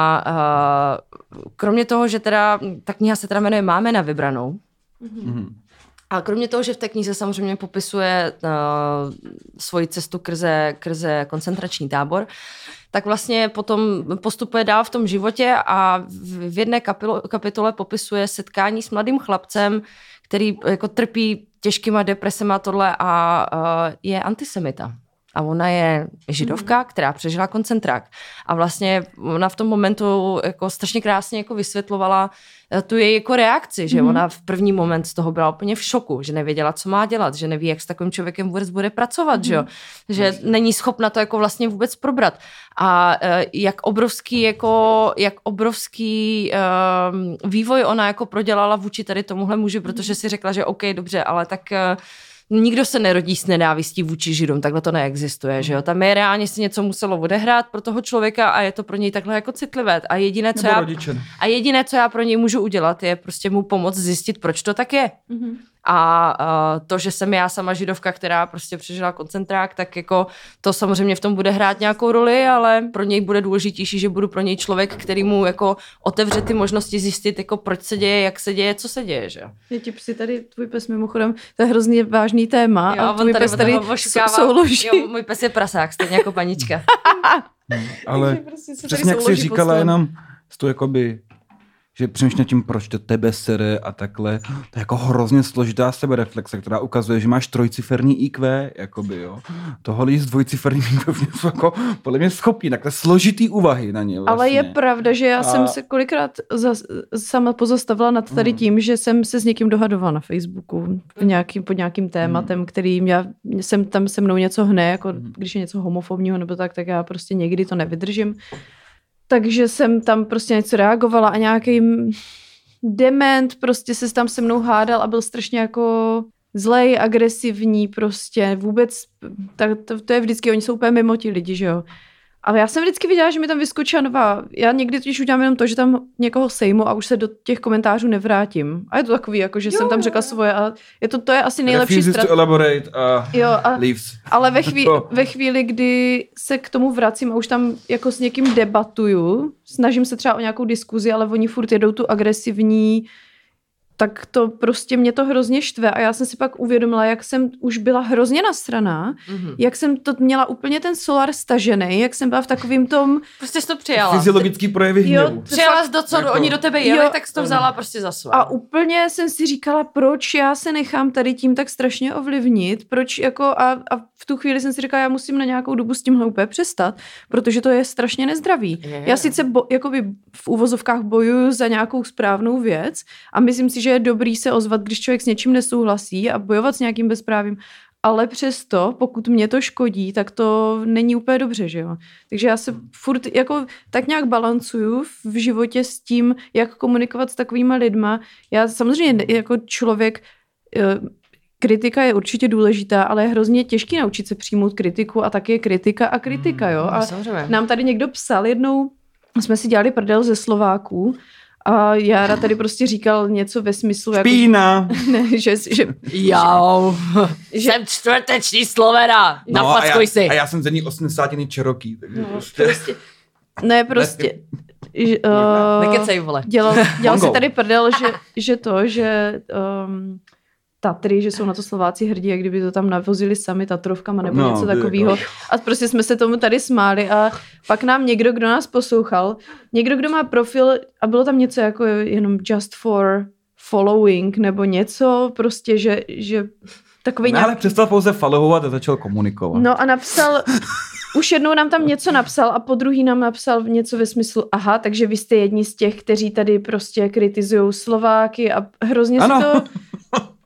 [SPEAKER 3] uh, kromě toho, že teda, ta kniha se teda jmenuje Máme na vybranou, mm-hmm. a kromě toho, že v té knize samozřejmě popisuje uh, svoji cestu krze, krze koncentrační tábor, tak vlastně potom postupuje dál v tom životě a v jedné kapitole popisuje setkání s mladým chlapcem, který jako trpí těžkýma depresema tohle a uh, je antisemita. A ona je židovka, která přežila koncentrák. A vlastně ona v tom momentu jako strašně krásně jako vysvětlovala tu její jako reakci, že mm. ona v první moment z toho byla úplně v šoku, že nevěděla, co má dělat, že neví, jak s takovým člověkem vůbec bude pracovat, mm. že jo? Že mm. není schopna to jako vlastně vůbec probrat. A uh, jak obrovský jako, jak obrovský uh, vývoj ona jako prodělala vůči tady tomuhle muži, protože si řekla, že OK, dobře, ale tak... Uh, nikdo se nerodí s nenávistí vůči Židům, takhle to neexistuje, že jo. Tam je reálně si něco muselo odehrát pro toho člověka a je to pro něj takhle jako citlivé. A jediné, co já, a jediné, co já pro něj můžu udělat, je prostě mu pomoct zjistit, proč to tak je. Mm-hmm. A uh, to, že jsem já sama židovka, která prostě přežila koncentrák, tak jako to samozřejmě v tom bude hrát nějakou roli, ale pro něj bude důležitější, že budu pro něj člověk, který mu jako otevře ty možnosti zjistit, jako proč se děje, jak se děje, co se děje, že?
[SPEAKER 2] Je ti psi tady, tvůj pes mimochodem, to je hrozně vážný téma.
[SPEAKER 3] Jo,
[SPEAKER 2] a tvůj
[SPEAKER 3] tady
[SPEAKER 2] pes tady souloží.
[SPEAKER 3] Jo, můj pes je prasák, stejně jako panička.
[SPEAKER 1] no, ale prostě přesně jak jsi říkala, postavím. Jenom z toho jakoby že přemýšlím tím, proč to tebe sere a takhle. To je jako hrozně složitá sebereflexe, která ukazuje, že máš trojciferný í kvé, jakoby, jo. Toho lidi s dvojciferným í kvé jsou jako podle mě schopní, takhle složitý úvahy na ně vlastně.
[SPEAKER 2] Ale je pravda, že já a... jsem se kolikrát za, sama pozastavila nad tady tím, mm. že jsem se s někým dohadovala na Facebooku v nějakým, pod nějakým tématem, mm. který já jsem tam se mnou něco hne, jako mm. když je něco homofobního nebo tak, tak já prostě někdy to nevydržím. Takže jsem tam prostě něco reagovala a nějaký dement prostě se tam se mnou hádal a byl strašně jako zlej, agresivní prostě vůbec, tak to, to je vždycky, oni jsou úplně mimo ti lidi, že jo. Ale já jsem vždycky viděla, že mi tam vyskočila nová, já někdy totiž udělám jenom to, že tam někoho sejmu a už se do těch komentářů nevrátím. A je to takový, jako že jo, jsem tam řekla svoje a je to, to je asi nejlepší
[SPEAKER 1] strategie. to elaborate a, jo, a leaves.
[SPEAKER 2] Ale ve, chví, ve chvíli, kdy se k tomu vracím a už tam jako s někým debatuju, snažím se třeba o nějakou diskuzi, ale oni furt jedou tu agresivní, tak to prostě mě to hrozně štve a já jsem si pak uvědomila, jak jsem už byla hrozně nasraná, mm-hmm. jak jsem to měla úplně ten solar stažený, jak jsem byla v takovým tom...
[SPEAKER 3] Prostě jsi to přijala.
[SPEAKER 1] Fyziologický projevy hněvu.
[SPEAKER 3] Přijala jsi do co, jako... oni do tebe jeli, jo, tak jsi to vzala prostě za své.
[SPEAKER 2] A úplně jsem si říkala, proč já se nechám tady tím tak strašně ovlivnit, proč jako a, a v tu chvíli jsem si říkala, já musím na nějakou dobu s tímhle úplně přestat, protože to je strašně nezdravý. Je. Já sice bo, jakoby v úvozovkách bojuju za nějakou správnou věc a myslím si, že je dobrý se ozvat, když člověk s něčím nesouhlasí a bojovat s nějakým bezprávím, ale přesto, pokud mě to škodí, tak to není úplně dobře, že jo. Takže já se furt jako tak nějak balancuju v životě s tím, jak komunikovat s takovýma lidma. Já samozřejmě jako člověk, kritika je určitě důležitá, ale je hrozně těžký naučit se přijmout kritiku a tak je kritika a kritika, jo. A nám tady někdo psal jednou, jsme si dělali prdel ze Slováků, a Jára tady prostě říkal něco ve smyslu...
[SPEAKER 1] Špína!
[SPEAKER 2] Jako, ne, že... že
[SPEAKER 3] Jau, že, jsem čtvrteční Slovena, no, napackuj si.
[SPEAKER 1] A já jsem z jedný osmdesátiny Cherokee, takže
[SPEAKER 2] no,
[SPEAKER 1] prostě...
[SPEAKER 2] prostě... Ne, prostě... Uh,
[SPEAKER 3] Nekecej, vole.
[SPEAKER 2] Dělal, dělal si tady prdel, že, že to, že... Um, Tatry, že jsou na to Slováci hrdí, jak kdyby to tam navozili sami Tatrovkama nebo no, něco takového. A prostě jsme se tomu tady smáli a pak nám někdo, kdo nás poslouchal, někdo, kdo má profil a bylo tam něco jako jenom just for following nebo něco prostě, že, že takový
[SPEAKER 1] no,
[SPEAKER 2] nějak...
[SPEAKER 1] ale přestal pouze followovat a začal komunikovat.
[SPEAKER 2] No a napsal... Už jednou nám tam něco napsal a po druhý nám napsal něco ve smyslu, aha, takže vy jste jedni z těch, kteří tady prostě kritizujou Slováky a hrozně si to...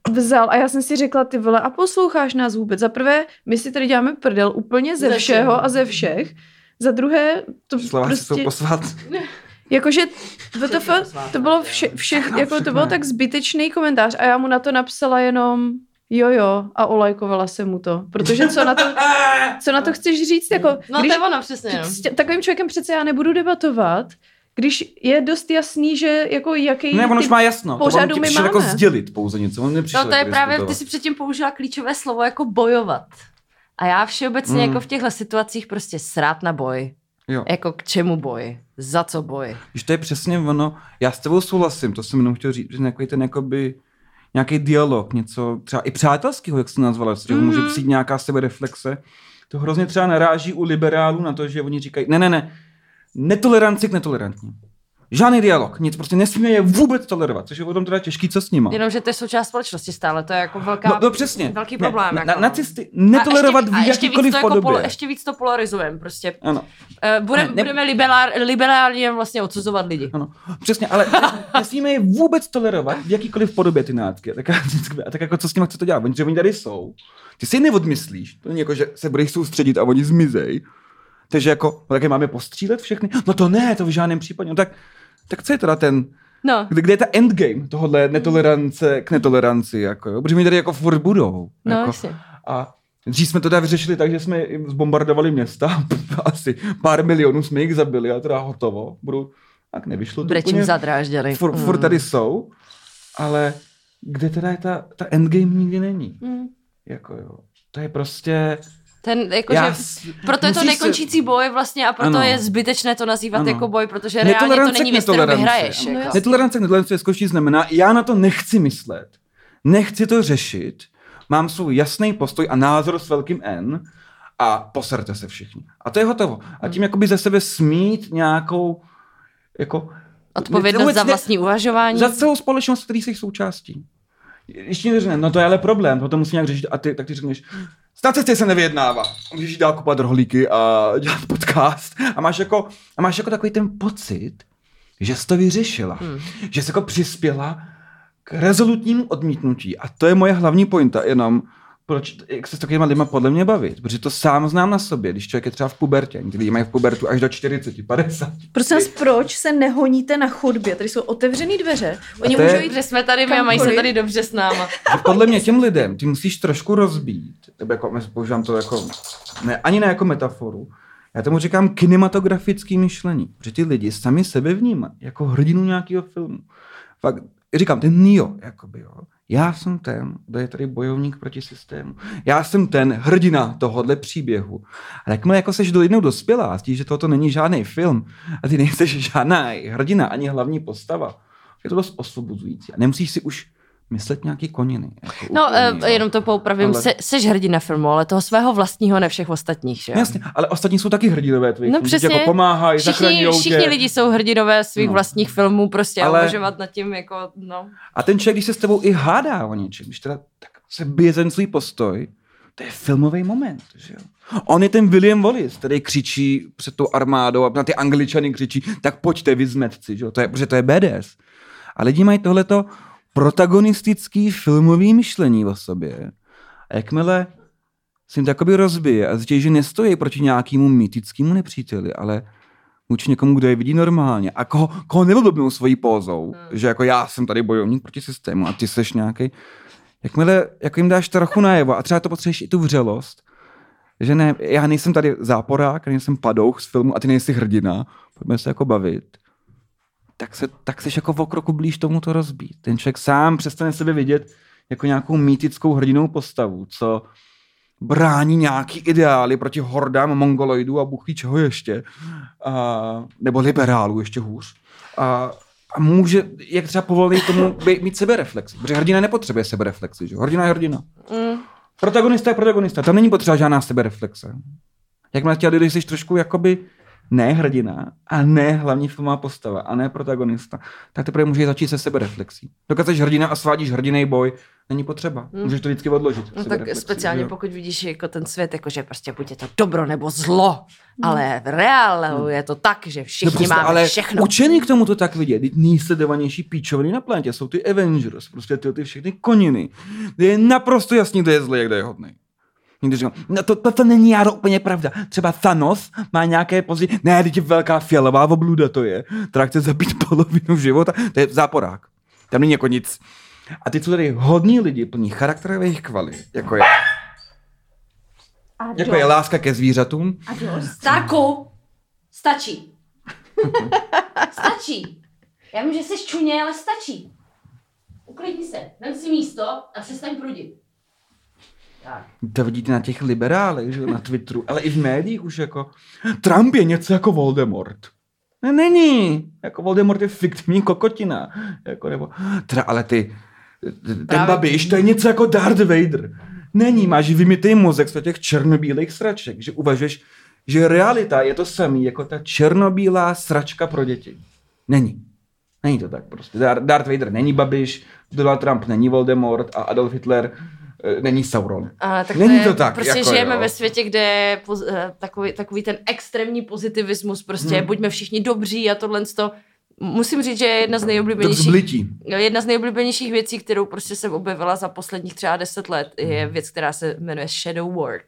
[SPEAKER 2] vzal a já jsem si řekla, ty vole, a posloucháš nás vůbec? Za prvé, my si tady děláme prdel úplně ze všeho a ze všech. Za druhé, to
[SPEAKER 1] Slováci
[SPEAKER 2] prostě...
[SPEAKER 1] jsou posvat.
[SPEAKER 2] Jakože to, to bylo vše, vše, jako to bylo tak zbytečný komentář a já mu na to napsala jenom jo jo a olajkovala jsem mu to, protože co na to, co na to chceš říct, jako,
[SPEAKER 3] no
[SPEAKER 2] když,
[SPEAKER 3] to je ono přesně. No.
[SPEAKER 2] S takovým člověkem přece já nebudu debatovat, když je dost jasný, že jako jaký
[SPEAKER 1] ne, on už má jasno,
[SPEAKER 2] pořadu
[SPEAKER 1] to
[SPEAKER 2] my máme.
[SPEAKER 1] Jako sdělit pouze něco, on nepřišel.
[SPEAKER 3] No to je
[SPEAKER 1] jako
[SPEAKER 3] právě,
[SPEAKER 1] diskutovat.
[SPEAKER 3] ty si předtím použila klíčové slovo jako bojovat. A já všeobecně mm. jako v těchto situacích prostě srát na boj.
[SPEAKER 1] Jo.
[SPEAKER 3] Jako k čemu boj? Za co boj?
[SPEAKER 1] Když to je přesně ono, já s tebou souhlasím, to jsem jenom chtěl říct, že nějaký ten jakoby, nějaký dialog, něco třeba i přátelského, jak jsi nazvala, z čeho mm-hmm. může přijít nějaká sebereflexe. To hrozně třeba naráží u liberálů na to, že oni říkají, ne, ne, ne, netoleranci k netolerantní. Žádný dialog, nic, prostě nesmíme je vůbec tolerovat, což je potom teda těžký, co s nima.
[SPEAKER 3] Jenomže to je součást společnosti stále, to je jako velká,
[SPEAKER 1] no, no přesně.
[SPEAKER 3] velký problém.
[SPEAKER 1] Ne,
[SPEAKER 3] jako.
[SPEAKER 1] na, nacisty netolerovat v jakýkoliv
[SPEAKER 3] jako
[SPEAKER 1] podobě.
[SPEAKER 3] Pol, ještě víc to polarizujeme, prostě.
[SPEAKER 1] Ano.
[SPEAKER 3] Uh, budem, ne, ne, budeme liberál, liberálně vlastně odsuzovat lidi.
[SPEAKER 1] Ano, přesně, ale nesmíme je vůbec tolerovat v jakýkoliv podobě ty nácky. Tak, a tak jako co s nimi chce to dělat? Oni, že oni tady jsou. Ty si je neodmyslíš. To není jako, že se budeš soustředit a oni zmizej. Takže jako, no, také máme postřílet všechny? No to ne, to v žádném případě. No tak Tak co je teda ten,
[SPEAKER 3] no.
[SPEAKER 1] kde, kde je ta endgame tohohle netolerance k netoleranci, jako jo? Protože mi tady jako furt budou.
[SPEAKER 3] No,
[SPEAKER 1] jako. A dřív jsme to teda vyřešili tak, že jsme zbombardovali města, asi pár milionů jsme jich zabili a teda hotovo. Budou, tak nevyšlo to
[SPEAKER 3] Brečím
[SPEAKER 1] úplně.
[SPEAKER 3] zadrážděli.
[SPEAKER 1] Furt, furt
[SPEAKER 3] mm.
[SPEAKER 1] tady jsou, ale kde teda je ta, ta endgame nikdy není.
[SPEAKER 3] Mm.
[SPEAKER 1] Jako jo. To je prostě...
[SPEAKER 3] Ten, jakože, proto je to nekončící se... boj vlastně a proto ano. je zbytečné to nazývat ano. jako boj, protože reálně to není věc, kterou vyhraješ.
[SPEAKER 1] No,
[SPEAKER 3] jako.
[SPEAKER 1] Netolerance k netoleranci skočí znamená, já na to nechci myslet, nechci to řešit, mám svůj jasný postoj a názor s velkým N a poserte se všichni. A to je hotovo. A tím jakoby ze sebe smít nějakou jako...
[SPEAKER 3] Odpovědnost ne, za vlastní ne, uvažování.
[SPEAKER 1] Za celou společnost, který jsi součástí. Když ti řekne, no to je ale problém, to musí nějak řešit a ty, tak ty řekneš, s nacisty se nevyjednává. Můžeš dál kupat rohlíky a dělat podcast a máš jako, a máš jako takový ten pocit, že jsi to vyřešila. Hmm. Že jsi jako přispěla k rezolutnímu odmítnutí. A to je moje hlavní pointa, jenom proč, jak se s takovýma lidma podle mě bavit. Protože to sám znám na sobě, když člověk je třeba v pubertě. Někdy lidi mají v pubertu až do čtyřicet, padesát.
[SPEAKER 2] Prosím vás, proč se nehoníte na chodbě? Tady jsou otevřený dveře. Oni
[SPEAKER 3] můžou jít, že jsme tady, my a mají se tady dobře s náma.
[SPEAKER 1] Podle mě těm lidem, ty musíš trošku rozbít. Nebo jako, používám to jako, ne, ani ne jako metaforu. Já tomu říkám kinematografický myšlení. Protože ty lidi sami sebe vnímají jako hrdinu nějakého filmu. Fakt, říkám, ten Neo, jakoby, jo. Já jsem ten, kdo je tady bojovník proti systému. Já jsem ten hrdina tohohle příběhu. Ale jakmile jako seš do jednou dospělá a zjistíš, že tohoto není žádný film a ty nejseš žádná hrdina ani hlavní postava, je to dost osvobozující. A nemusíš si už myslet nějaký koniny. Jako
[SPEAKER 3] no,
[SPEAKER 1] úplně,
[SPEAKER 3] uh, jenom to poupravím. Ale... Se, seš hrdina filmu, ale toho svého vlastního, ne všech ostatních. Že?
[SPEAKER 1] Jasně, ale ostatní jsou taky hrdinové tvých.
[SPEAKER 3] No přesně.
[SPEAKER 1] Jako pomáhají, zachraňujou tě.
[SPEAKER 3] Všichni lidi jsou hrdinové svých no. vlastních filmů, prostě
[SPEAKER 1] ale...
[SPEAKER 3] uvažovat nad tím, jako, no.
[SPEAKER 1] A ten člověk, když se s tebou i hádá o něčem, když teda tak se bije ten svůj postoj, to je filmový moment, že jo. On je ten William Wallace, který křičí před tou armádou a na ty Angličany křičí, tak pojďte vy zmetci, že jo, to je, protože to je badass. A lidi mají tohleto protagonistický filmový myšlení o sobě. A jakmile se jim to jakoby rozbije a zjistí, že nestojí proti nějakému mytickému nepříteli, ale vůči někomu, kdo je vidí normálně a koho, koho nevyblbnou svojí pózou, hmm. že jako já jsem tady bojovník proti systému a ty seš nějaký. Jakmile jako jim dáš trochu najevo a třeba to potřebuješ i tu vřelost, že ne, já nejsem tady záporák, nejsem padouch z filmu a ty nejsi hrdina, pojďme se jako bavit, tak, se, tak seš jako v okroku blíž tomu to rozbít. Ten člověk sám přestane sebe vidět jako nějakou mýtickou hrdinou postavu, co brání nějaký ideály proti hordám mongoloidů a buchví čeho ještě, a, nebo liberálů ještě hůř. A, a může, jak třeba povolí tomu být, mít sebereflexi, protože hrdina nepotřebuje sebereflexi, že? Hrdina je hrdina. Mm. Protagonista je protagonista, tam není potřeba žádná sebereflexe. Jakmile chtěl, když jsi trošku jakoby ne hrdina a ne hlavní filmová postava a ne protagonista, tak teprve můžeš začít se sebereflexí. Dokud jsi hrdina a svádíš hrdinej boj, není potřeba. Hmm. Můžeš to vždycky odložit.
[SPEAKER 3] No tak speciálně, jo? Pokud vidíš jako ten svět, jakože prostě buď je to dobro nebo zlo, hmm. ale v reálu je to tak, že všichni no prostě, máme ale všechno.
[SPEAKER 1] Učení k tomu to tak vidět. Nejsledovanější píčoviny na planetě jsou ty Avengers, prostě ty, ty všechny koniny. Je naprosto jasný, kdo je zlý a kdo je hodný. Někdo říká, no to, to, to není járo úplně pravda. Třeba Thanos má nějaké pozici, ne, teď je velká fialová obluda to je, která chce zabít polovinu života, to je záporák. Tam není jako nic. A ty jsou tady hodní lidi, plní charakterových kvalit, jako je, jako je láska ke zvířatům.
[SPEAKER 3] Starku, stačí. Stačí. Já vím, že jsi čuně, ale stačí. Uklidni se, vem si místo a přestaň prudit. Tak.
[SPEAKER 1] To vidíte na těch liberálech, že na Twitteru, ale i v médiích už jako Trump je něco jako Voldemort. Ne, není. Jako Voldemort je fiktivní kokotina. Jako, nebo, teda, ale ty, ten Právě... Babiš, to je něco jako Darth Vader. Není, máš vymitý mozek z těch černobílých sraček, že uvažuješ, že realita je to samý, jako ta černobílá sračka pro děti. Není. Není to tak prostě. Darth Vader není Babiš, Donald Trump není Voldemort a Adolf Hitler není Sauron.
[SPEAKER 3] A, tak
[SPEAKER 1] není
[SPEAKER 3] to, je,
[SPEAKER 1] to tak.
[SPEAKER 3] Prostě
[SPEAKER 1] jako,
[SPEAKER 3] žijeme
[SPEAKER 1] jo.
[SPEAKER 3] ve světě, kde je poz, takový, takový ten extrémní pozitivismus, prostě hmm. buďme všichni dobří a tohle to. Musím říct, že je jedna z nejoblíbenějších, jedna z nejoblíbenějších věcí, kterou prostě jsem objevila za posledních třeba deset let, je věc, která se jmenuje shadow work.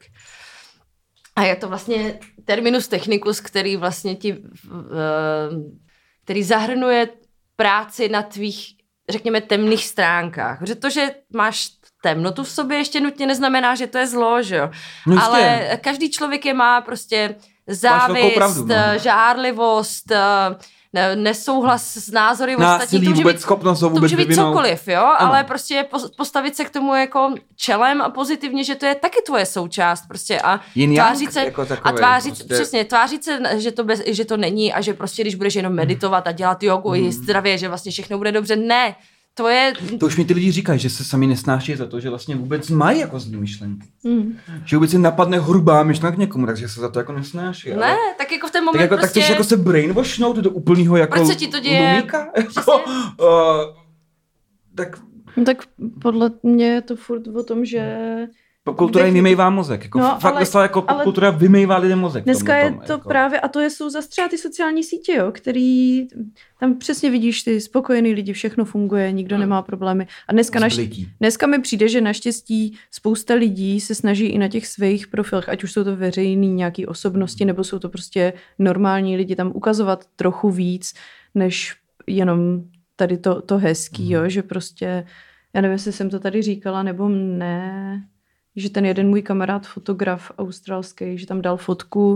[SPEAKER 3] A je to vlastně terminus technicus, který vlastně ti, který zahrnuje práci na tvých, řekněme, temných stránkách. Protože to, že máš temnotu v sobě, ještě nutně neznamená, že to je zlo, že jo.
[SPEAKER 1] No
[SPEAKER 3] ale každý člověk je má prostě závist, pravdu, no. žárlivost, nesouhlas s názory
[SPEAKER 1] ostatních. To vůbec schopnost
[SPEAKER 3] to
[SPEAKER 1] vůbec
[SPEAKER 3] může být
[SPEAKER 1] vyvinout.
[SPEAKER 3] Cokoliv, jo, ano. Ale prostě postavit se k tomu jako čelem a pozitivně, že to je taky tvoje součást prostě a
[SPEAKER 1] Yin
[SPEAKER 3] tvářit se,
[SPEAKER 1] jako takový,
[SPEAKER 3] a tvářit,
[SPEAKER 1] prostě.
[SPEAKER 3] přesně, tvářit se, že to, bez, že to není a že prostě, když budeš jenom meditovat a dělat jogu hmm. i zdravě, že vlastně všechno bude dobře, ne. To je...
[SPEAKER 1] To už mi ty lidi říkají, že se sami nesnáší za to, že vlastně vůbec mají jako zlý myšlenky. Mm. Že vůbec si napadne hrubá myšlenka k někomu, takže se za to jako nesnáší.
[SPEAKER 3] Ne, ale... tak jako v ten moment
[SPEAKER 1] tak jako,
[SPEAKER 3] prostě...
[SPEAKER 1] Tak chceš jako se brainwashnout do úplného jako
[SPEAKER 3] Proč se ti to děje?
[SPEAKER 1] Lumíka? Jako, uh, tak...
[SPEAKER 2] No tak podle mě je to furt o tom, že...
[SPEAKER 1] Popkultura jim vymejvá mozek. Jako no, fakt dostala jako popkultura vymejvá lidem mozek.
[SPEAKER 2] Dneska je
[SPEAKER 1] tom,
[SPEAKER 2] to
[SPEAKER 1] jako.
[SPEAKER 2] právě, a to jsou zase třeba ty sociální sítě, jo, který, tam přesně vidíš ty spokojený lidi, všechno funguje, nikdo hmm. nemá problémy. A dneska, naš, dneska mi přijde, že naštěstí spousta lidí se snaží i na těch svých profilech, ať už jsou to veřejný nějaký osobnosti, nebo jsou to prostě normální lidi, tam ukazovat trochu víc, než jenom tady to, to hezký, hmm. jo, že prostě, já nevím, jestli jsem to tady říkala, nebo ne... že ten jeden můj kamarád, fotograf australský, že tam dal fotku,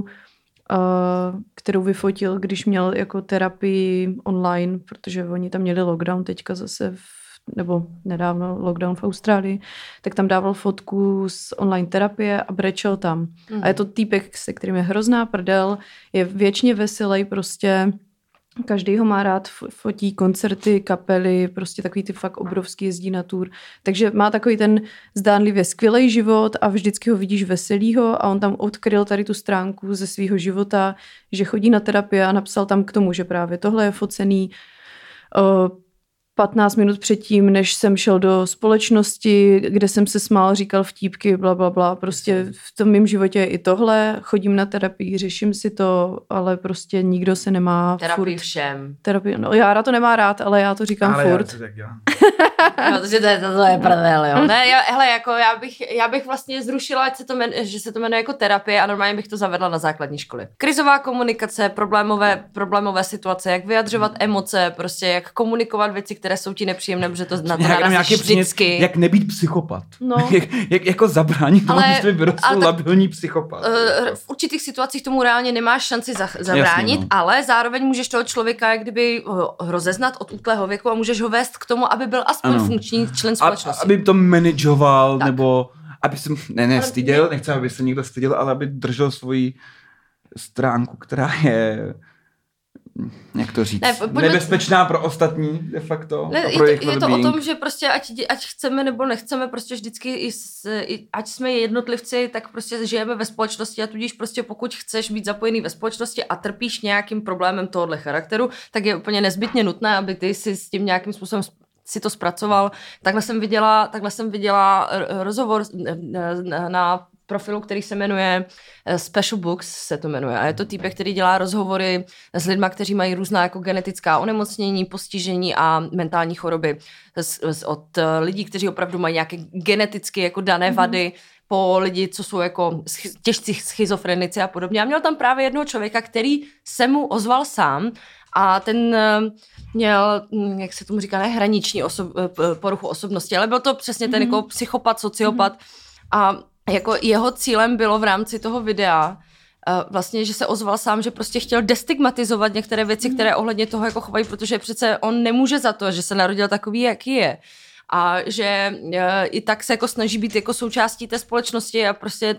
[SPEAKER 2] uh, kterou vyfotil, když měl jako terapii online, protože oni tam měli lockdown teďka zase, v, nebo nedávno lockdown v Austrálii, tak tam dával fotku z online terapie a brečel tam. Mm. A je to týpek, se kterým je hrozná prdel, je věčně veselý prostě, každý ho má rád, fotí koncerty, kapely, prostě takový ty fakt obrovský, jezdí na tour. Takže má takový ten zdánlivě skvělý život a vždycky ho vidíš veselýho a on tam odkryl tady tu stránku ze svého života, že chodí na terapii a napsal tam k tomu, že právě tohle je focený uh, patnáct minut předtím, než jsem šel do společnosti, kde jsem se smál, říkal vtípky, bla, bla, bla. Prostě v tom mém životě je i tohle. Chodím na terapii, řeším si to, ale prostě nikdo se nemá
[SPEAKER 3] terapii
[SPEAKER 2] furt...
[SPEAKER 3] všem.
[SPEAKER 2] Terapii, no Jára to nemá rád, ale já to říkám
[SPEAKER 1] ale
[SPEAKER 2] furt.
[SPEAKER 1] Já to tak dělám.
[SPEAKER 3] Protože to je, to je prdel, jo. Ne, já, hele, jako já bych, já bych vlastně zrušila, ať se to jmenuje, že se to jmenuje jako terapie a normálně bych to zavedla na základní školy. Krizová komunikace, problémové, problémové situace, jak vyjadřovat emoce, prostě jak komunikovat věci, které jsou ti nepříjemné, protože to na to narazíš vždycky.
[SPEAKER 1] Jak nebýt psychopat.
[SPEAKER 2] No.
[SPEAKER 1] jak, jak, jako zabránit tomu, aby vyrostl labilní psychopat.
[SPEAKER 3] Uh, v určitých situacích tomu reálně nemáš šanci za, zabránit, Jasně, no. ale zároveň můžeš toho člověka jak kdyby rozeznat od útlého věku a můžeš ho vést k tomu, aby byl aspoň ano. funkční člen společnosti.
[SPEAKER 1] A, aby to manažoval, tak. nebo aby se, ne, ne, styděl, nechci, aby se někdo styděl, ale aby držel svoji stránku, která je jak to říct, ne, pojďme... nebezpečná pro ostatní de facto.
[SPEAKER 3] Ne,
[SPEAKER 1] pro
[SPEAKER 3] je, to, je to o tom, že prostě ať, ať chceme nebo nechceme, prostě vždycky i, s, i ať jsme jednotlivci, tak prostě žijeme ve společnosti a tudíž prostě pokud chceš být zapojený ve společnosti a trpíš nějakým problémem tohohle charakteru, tak je úplně nezbytně nutné, aby ty si s tím nějakým způsobem si to zpracoval. Takhle jsem viděla, takhle jsem viděla rozhovor na, na profilu, který se jmenuje Special Books, se to jmenuje. A je to týpek, který dělá rozhovory s lidma, kteří mají různá jako genetická onemocnění, postižení a mentální choroby. Od lidí, kteří opravdu mají nějaké geneticky jako dané vady, mm-hmm. po lidi, co jsou jako těžcí schizofrenici a podobně. A měl tam právě jednoho člověka, který se mu ozval sám a ten měl, jak se tomu říká, ne hraniční osob, poruchu osobnosti, ale byl to přesně ten mm-hmm. jako psychopat, sociopat mm-hmm. a jako jeho cílem bylo v rámci toho videa vlastně, že se ozval sám, že prostě chtěl destigmatizovat některé věci, které ohledně toho jako chovají, protože přece on nemůže za to, že se narodil takový, jaký je. A že i tak se jako snaží být jako součástí té společnosti a prostě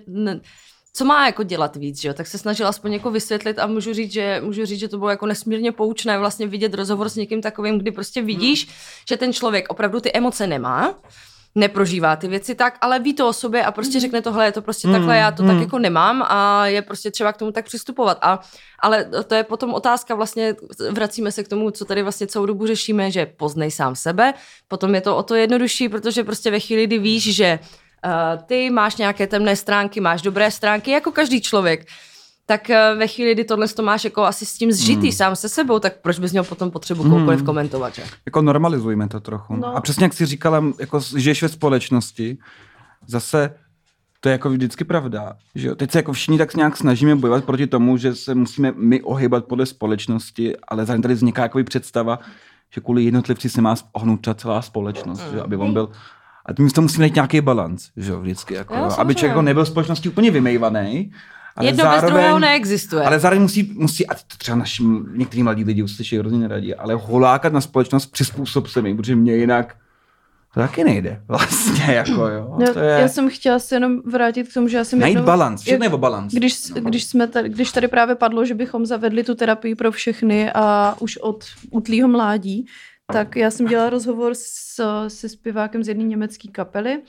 [SPEAKER 3] co má jako dělat víc, že jo? Tak se snažil aspoň jako vysvětlit a můžu říct, že, můžu říct, že to bylo jako nesmírně poučné vlastně vidět rozhovor s někým takovým, kdy prostě vidíš, hmm. že ten člověk opravdu ty emoce nemá, neprožívá ty věci tak, ale ví to o sobě a prostě řekne tohle, je to prostě mm, takhle, já to mm. tak jako nemám a je prostě třeba k tomu tak přistupovat. A, ale to je potom otázka, vlastně vracíme se k tomu, co tady vlastně celou dobu řešíme, že poznej sám sebe, potom je to o to jednodušší, protože prostě ve chvíli, kdy víš, že uh, ty máš nějaké temné stránky, máš dobré stránky, jako každý člověk, tak ve chvíli, kdy tohle to máš jako asi s tím zžitý mm. sám se sebou, tak proč bys měl potom potřebu mm. koukoliv komentovat, že?
[SPEAKER 1] Jako normalizujme to trochu. No. A přesně jak jsi říkala, jako žiješ ve společnosti, zase to je jako vždycky pravda, že jo? Teď se jako všichni tak nějak snažíme bojovat proti tomu, že se musíme my ohybat podle společnosti, ale zároveň tady vzniká jako představa, že kvůli jednotlivci se má ohnout třeba celá společnost, mm. že? Aby on byl... A tím to musíme najít nějaký balans, že jo, vždycky. Jako, jo, aby člověk jako nebyl společností úplně vymejvaný. Ale
[SPEAKER 3] jedno
[SPEAKER 1] zároveň,
[SPEAKER 3] bez druhého neexistuje.
[SPEAKER 1] Ale zároveň musí, musí a to třeba naši některý mladí lidi uslyší hrozně neradí, ale holákat na společnost přizpůsob se mi, protože mě jinak to taky nejde. Vlastně jako jo.
[SPEAKER 2] No,
[SPEAKER 1] to je...
[SPEAKER 2] Já jsem chtěla se jenom vrátit k tomu, že já jsem
[SPEAKER 1] najít
[SPEAKER 2] jednou...
[SPEAKER 1] balans, všechno je o balans.
[SPEAKER 2] Když,
[SPEAKER 1] no,
[SPEAKER 2] když, jsme tady, když tady právě padlo, že bychom zavedli tu terapii pro všechny a už od útlýho mládí, tak já jsem dělala rozhovor s, se zpěvákem z jedné německé kapely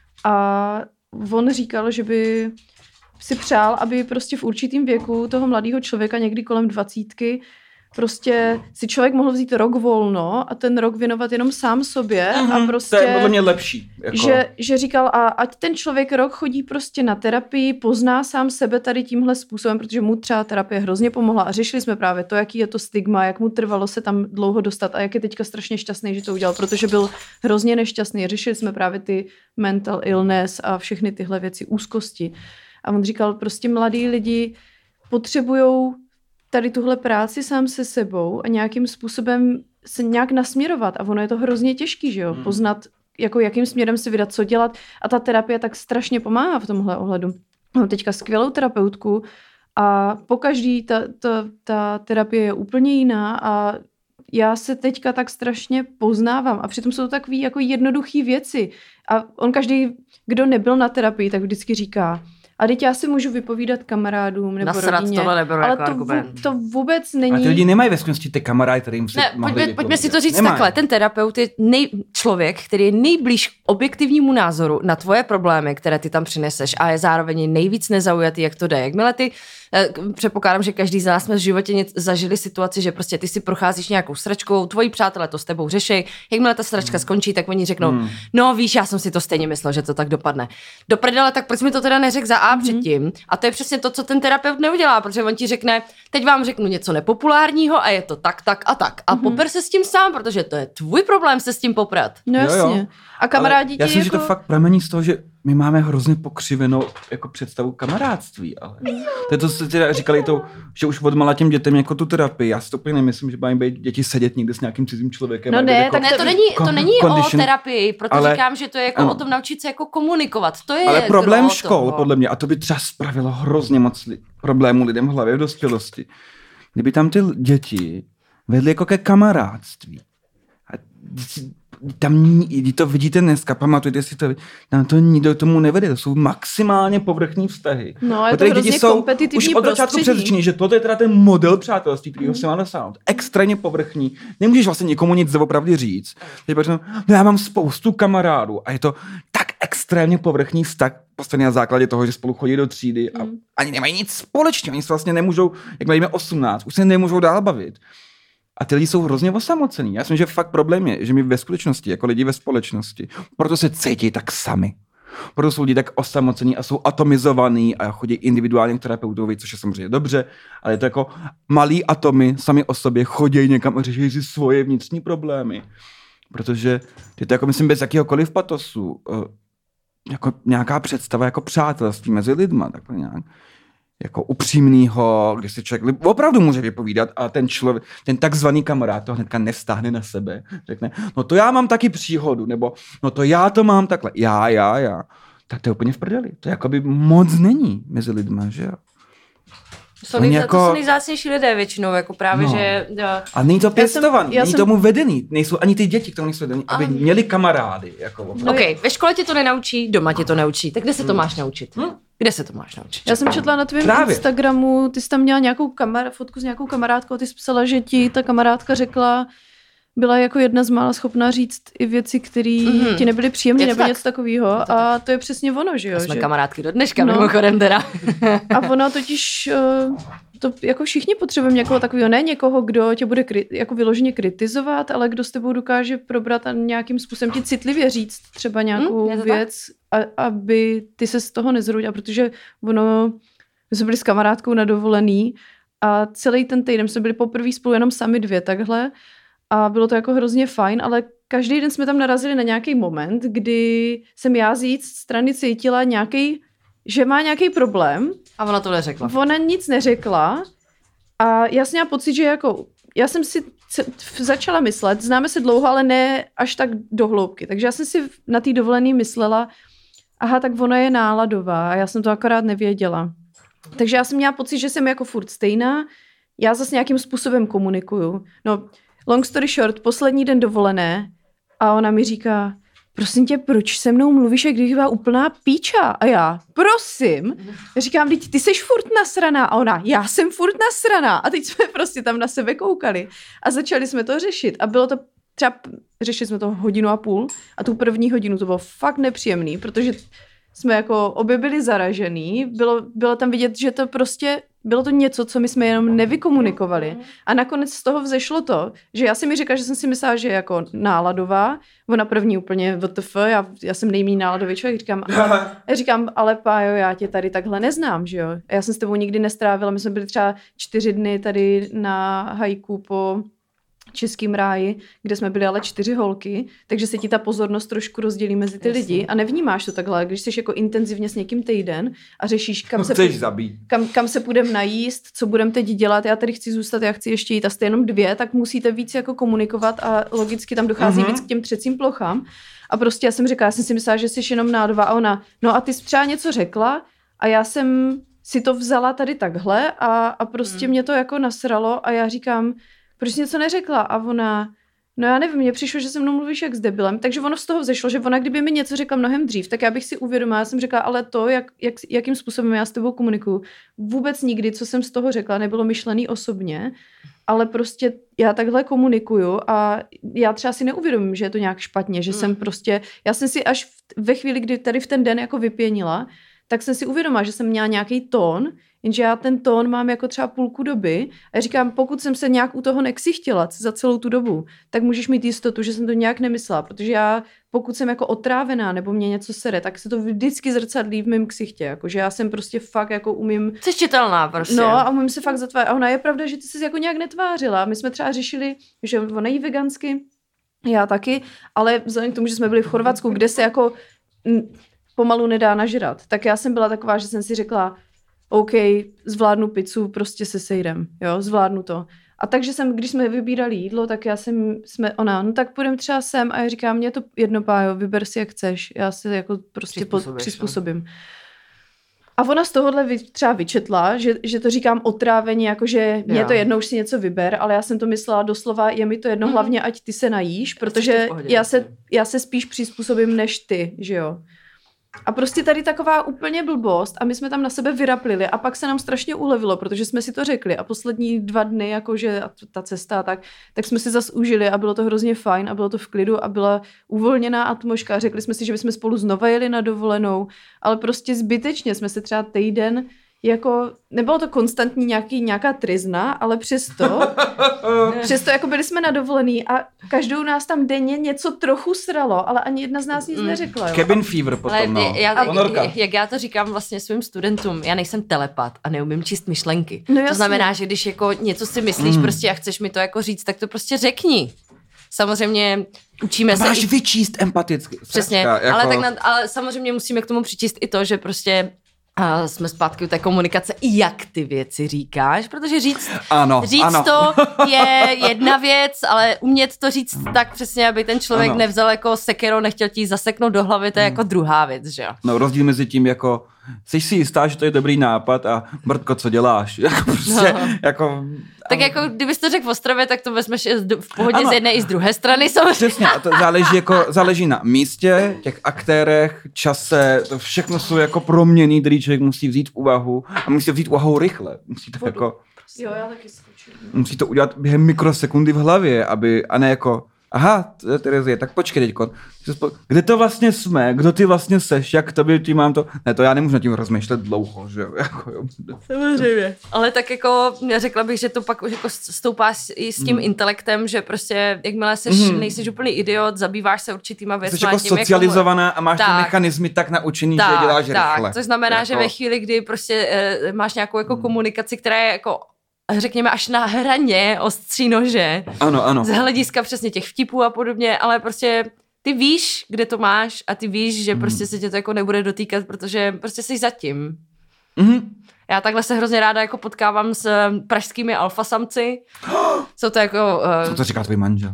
[SPEAKER 2] a on říkal, že by si přál, aby prostě v určitým věku toho mladého člověka, někdy kolem dvacítky, prostě si člověk mohl vzít rok volno a ten rok věnovat jenom sám sobě mm-hmm, a prostě...
[SPEAKER 1] To je podle mě lepší. Jako...
[SPEAKER 2] Že, že říkal, a ať ten člověk rok chodí prostě na terapii, pozná sám sebe tady tímhle způsobem, protože mu třeba terapie hrozně pomohla a řešili jsme právě to, jaký je to stigma, jak mu trvalo se tam dlouho dostat a jak je teďka strašně šťastný, že to udělal, protože byl hrozně nešťastný. Řešili jsme právě ty mental illness a všechny tyhle věci, úzkosti. A on říkal, prostě mladí lidi potřebujou tady tuhle práci sám se sebou a nějakým způsobem se nějak nasměrovat. A ono je to hrozně těžký, že jo? Poznat, jako jakým směrem se vydat, co dělat. A ta terapie tak strašně pomáhá v tomhle ohledu. Mám teďka skvělou terapeutku a pokaždý ta, ta, ta terapie je úplně jiná a já se teďka tak strašně poznávám a přitom jsou to takové jako jednoduché věci. A on každý, kdo nebyl na terapii, tak vždycky říká, a teď já si můžu vypovídat kamarádům nebo
[SPEAKER 3] nasrat
[SPEAKER 2] rodině,
[SPEAKER 3] ale
[SPEAKER 2] jako to, vů, to vůbec není...
[SPEAKER 1] A ty lidi nemají ve skutečnosti ty kamarády, kterým se
[SPEAKER 3] ne,
[SPEAKER 1] mohli
[SPEAKER 3] pojďme, pojďme si to říct
[SPEAKER 1] nemají.
[SPEAKER 3] Takhle. Ten terapeut je nej, člověk, který je nejblíž objektivnímu názoru na tvoje problémy, které ty tam přineseš a je zároveň nejvíc nezaujatý, jak to jde. Jakmile ty, eh, předpokládám, že každý z nás jsme v životě něco, zažili situaci, že prostě ty si procházíš nějakou sračkou, tvoji přátelé to s tebou řeší, jakmile ta sračka hmm. skončí, tak oni řeknou, hmm. no víš, já jsem si to stejně myslel, že to tak dopadne. Do prdele, tak proč mi to teda neřekl za A hmm. předtím? A to je přesně to, co ten terapeut neudělá, protože on ti řekne, teď vám řeknu něco nepopulárního a je to tak, tak a tak. A mm-hmm. poper se s tím sám, protože to je tvůj problém se s tím poprat.
[SPEAKER 2] No jasně. Jo, jo. A kamarádi
[SPEAKER 1] já si myslím,
[SPEAKER 2] jako...
[SPEAKER 1] že to fakt pramení z toho, že my máme hrozně pokřivenou jako představu kamarádství, ale to je to, co teda říkali to, že už odmala těm dětem jako tu terapii. Já si to úplně nemyslím, že mají být děti sedět někde s nějakým cizím člověkem.
[SPEAKER 2] No ne,
[SPEAKER 1] jako
[SPEAKER 2] tak
[SPEAKER 3] ne, to není, to není o terapii, proto ale, říkám, že to je jako ano. o tom naučit se jako komunikovat. To je
[SPEAKER 1] ale problém škol, toho. Podle mě, a to by třeba spravilo hrozně moc li, problémů lidem v hlavě v dospělosti. Kdyby tam ty děti vedly jako ke kamarádství. A tam, když to vidíte dneska, pamatujte si to, tam to nikdo tomu nevede, to jsou maximálně povrchní vztahy.
[SPEAKER 2] No, je to hrozně kompetitivní
[SPEAKER 1] už od začátku přesvědčení, že toto je teda ten model přátelství, kterýho se má dosáhnout. Extrémně povrchní. Nemůžeš vlastně nikomu nic doopravdy říct. No, já mám spoustu kamarádů a je to tak extrémně povrchní vztah postavený na základě toho, že spolu chodí do třídy a mm. ani nemají nic společného, oni se vlastně nemůžou, jak mají osmnáct, už se nemůžou dál bavit. A ty lidi jsou hrozně osamocení. Já myslím, že fakt problém je, že my ve skutečnosti, jako lidi ve společnosti, proto se cítí tak sami. Proto jsou lidi tak osamocení a jsou atomizovaní a chodí individuálně k terapeutovi, což je samozřejmě dobře, ale je to jako malí atomy sami o sobě chodí někam a řeší si svoje vnitřní problémy. Protože je to jako, myslím, bez jakéhokoliv patosu, jako nějaká představa jako přátelství mezi lidma, takhle nějak. Jako upřímnýho, kdy si člověk opravdu může vypovídat a ten člověk, ten takzvaný kamarád to hnedka nevstáhne na sebe. Řekne, no to já mám taky příhodu, nebo no to já to mám takhle, já, já, já. Tak to je úplně v prdeli. To jakoby moc není mezi lidma, že jo.
[SPEAKER 3] Jsou nej, jako... To jsou nejzácnější lidé většinou, jako právě, no. že... Ja.
[SPEAKER 1] A není to pěstovaný, není jsem... tomu vedený, nejsou ani ty děti k tomu nejsou vedený, aby měli kamarády. Jako
[SPEAKER 3] no, OK, ve škole tě to nenaučí, doma tě to neučí, tak kde se to máš naučit? Hm? Kde se to máš naučit?
[SPEAKER 2] Já jsem četla na tvém Právě. Instagramu, ty jsi tam měla nějakou kamar- fotku s nějakou kamarádkou a ty jsi psala, že ti ta kamarádka řekla, byla jako jedna z mála schopná říct i věci, které mm-hmm. ti nebyly příjemné nebo tak. něco takového. A to je přesně ono, že jo?
[SPEAKER 3] A jsme
[SPEAKER 2] že...
[SPEAKER 3] kamarádky do dneška, no. mimochodem teda.
[SPEAKER 2] A ono totiž, to jako všichni potřebujeme někoho takového, ne někoho, kdo tě bude kri- jako vyloženě kritizovat, ale kdo s tebou dokáže probrat a nějakým způsobem ti citlivě říct třeba nějakou mm, věc, a, aby ty se z toho nezrodila, protože ono, my jsme byli s kamarádkou na dovolený a celý ten týden jsme byli poprvé spolu jenom sami dvě takhle. A bylo to jako hrozně fajn, ale každý den jsme tam narazili na nějaký moment, kdy jsem já z její strany cítila nějaký, že má nějaký problém.
[SPEAKER 3] A ona to neřekla.
[SPEAKER 2] Ona nic neřekla a já jsem měla pocit, že jako, já jsem si začala myslet, známe se dlouho, ale ne až tak do hloubky. Takže já jsem si na té dovolený myslela, aha, tak ona je náladová a já jsem to akorát nevěděla. Takže já jsem měla pocit, že jsem jako furt stejná, já zase nějakým způsobem komunikuju. No, long story short, poslední den dovolené a ona mi říká, prosím tě, proč se mnou mluvíš, jak když byla úplná píča? A já, prosím. Já říkám, teď ty seš furt nasraná. A ona, já jsem furt nasraná. A teď jsme prostě tam na sebe koukali. A začali jsme to řešit. A bylo to třeba, řešili jsme to hodinu a půl. A tu první hodinu to bylo fakt nepříjemný, protože jsme jako obě byli zaražený. Bylo, bylo tam vidět, že to prostě bylo to něco, co my jsme jenom nevykomunikovali. A nakonec z toho vzešlo to, že já jsem mi říkala, že jsem si myslela, že je jako náladová. Ona první úplně W T F, já, já jsem nejméně náladový člověk. Říkám, ale, já říkám, ale Pájo, já tě tady takhle neznám, že jo? A já jsem s tebou nikdy nestrávila. My jsme byli třeba čtyři dny tady na hajku po Českým ráji, kde jsme byli ale čtyři holky, takže se ti ta pozornost trošku rozdělí mezi ty Jasně. lidi a nevnímáš to takhle, když jsi jako intenzivně s někým týden a řešíš, kam, no, se, půj- kam, kam se půjdeme najíst, co budeme teď dělat, já tady chci zůstat, já chci ještě jít a jste jenom dvě, tak musíte víc jako komunikovat a logicky tam dochází uh-huh. víc k těm třecím plochám. A prostě já jsem říkala, já jsem si myslela, že jsi jenom nádova a ona, no a ty jsi třeba něco řekla a já jsem si to vzala tady takhle a, a prostě hmm. mě to jako nasralo a já říkám, proč jsi něco neřekla? A ona, no já nevím, mně přišlo, že se mnou mluvíš jak s debilem, takže ono z toho vzešlo, že ona kdyby mi něco řekla mnohem dřív, tak já bych si uvědomila, já jsem řekla, ale to, jak, jak, jakým způsobem já s tebou komunikuju, vůbec nikdy, co jsem z toho řekla, nebylo myšlený osobně, ale prostě já takhle komunikuju a já třeba si neuvědomím, že je to nějak špatně, že mm. jsem prostě, já jsem si až v, ve chvíli, kdy tady v ten den jako vypěnila, tak jsem si uvědomila, že jsem měla nějaký tón, jenže já ten tón mám jako třeba půlku doby a já říkám, pokud jsem se nějak u toho neksichtila za celou tu dobu, tak můžeš mít jistotu, že jsem to nějak nemyslela, protože já, pokud jsem jako otrávená nebo mě něco sere, tak se to vždycky zrcadlí v mém ksichtě, jakože já jsem prostě fakt jako umím...
[SPEAKER 3] Jsi čitelná prostě.
[SPEAKER 2] No a umím se fakt zatvářit. A ona je pravda, že ty jsi jako nějak netvářila. My jsme třeba řešili, že ona jí vegansky, já taky, ale vzhledem k tomu, že jsme byli v Chorvatsku, kde se jako pomalu nedá nažrat, tak já jsem byla taková, že jsem si řekla, OK, zvládnu pizzu, prostě se sejdem, jo, zvládnu to. A takže jsem, když jsme vybírali jídlo, tak já jsem, jsme, ona, no tak půjdem třeba sem a já říkám, mě to jedno, Pájo, vyber si jak chceš, já se jako prostě přizpůsobím. Po, přizpůsobím. A ona z tohohle vy, třeba vyčetla, že, že to říkám otrávení, jakože mě je to jedno, už si něco vyber, ale já jsem to myslela doslova, je mi to jedno, mm. hlavně ať ty se najíš, protože pohodě, já, se, já se spíš přizpůsobím než ty, že jo. A prostě tady taková úplně blbost a my jsme tam na sebe vyraplili a pak se nám strašně ulevilo, protože jsme si to řekli a poslední dva dny, jakože ta cesta, tak, tak jsme si zas užili a bylo to hrozně fajn a bylo to v klidu a byla uvolněná atmosféra. Řekli jsme si, že bychom spolu znova jeli na dovolenou, ale prostě zbytečně jsme se třeba týden jako, nebylo to konstantní nějaký, nějaká tryzna, ale přesto, přesto jako byli jsme na dovolený a každou nás tam denně něco trochu sralo, ale ani jedna z nás nic neřekla. Jo.
[SPEAKER 1] Cabin fever potom, ale no.
[SPEAKER 3] Já, já, jak já to říkám vlastně svým studentům, já nejsem telepat a neumím číst myšlenky. No to znamená, že když jako něco si myslíš mm. prostě a chceš mi to jako říct, tak to prostě řekni. Samozřejmě učíme se...
[SPEAKER 1] Máš vyčíst empaticky.
[SPEAKER 3] Přesně, jako... ale, tak na, ale samozřejmě musíme k tomu přičíst i to, že prostě a jsme zpátky u té komunikace, jak ty věci říkáš, protože říct,
[SPEAKER 1] ano,
[SPEAKER 3] říct
[SPEAKER 1] ano.
[SPEAKER 3] to je jedna věc, ale umět to říct tak přesně, aby ten člověk ano. nevzal jako sekero, nechtěl ti zaseknout do hlavy, to je jako druhá věc, že jo?
[SPEAKER 1] No rozdíl mezi tím jako, jsi si jistá, že to je dobrý nápad a Mrtko, co děláš? Jako prostě, no. jako...
[SPEAKER 3] Tak jako, kdybys to řekl v Ostrově, tak to vezmeš v pohodě ano. z jedné i z druhé strany. Samozřejmě.
[SPEAKER 1] Přesně, a to záleží, jako, záleží na místě, těch aktérech, čase, to všechno jsou jako proměny, který člověk musí vzít v úvahu a musí vzít v úvahu rychle. Musí to jako...
[SPEAKER 2] Jo, já taky skočím.
[SPEAKER 1] Musí to udělat během mikrosekundy v hlavě, aby, a ne jako, aha, Terezie, tak počkej teďko. Kde to vlastně jsme? Kdo ty vlastně seš? Jak tobě ty mám to? Ne, to já nemůžu nad tím rozmýšlet dlouho, že jo? Jako, jo.
[SPEAKER 3] Samozřejmě. Ale tak jako, řekla bych, že to pak už jako stoupá i s tím mm. intelektem, že prostě, jakmile seš, mm. nejseš úplný idiot, zabýváš se určitýma věcmi.
[SPEAKER 1] Jsi jako socializovaná jako, a máš tak, ty mechanismy tak naučený, tak, že je děláš tak, rychle.
[SPEAKER 3] Což znamená,
[SPEAKER 1] jako...
[SPEAKER 3] že ve chvíli, kdy prostě e, máš nějakou jako mm. komunikaci, která je jako řekněme až na hraně ostří nože.
[SPEAKER 1] Ano, ano.
[SPEAKER 3] Z hlediska přesně těch vtipů a podobně, ale prostě ty víš, kde to máš a ty víš, že mm. prostě se tě to jako nebude dotýkat, protože prostě jsi zatím.
[SPEAKER 1] Mm.
[SPEAKER 3] Já takhle se hrozně ráda jako potkávám s pražskými alfasamci. Jsou to jako...
[SPEAKER 1] Co to říká tvůj manžel?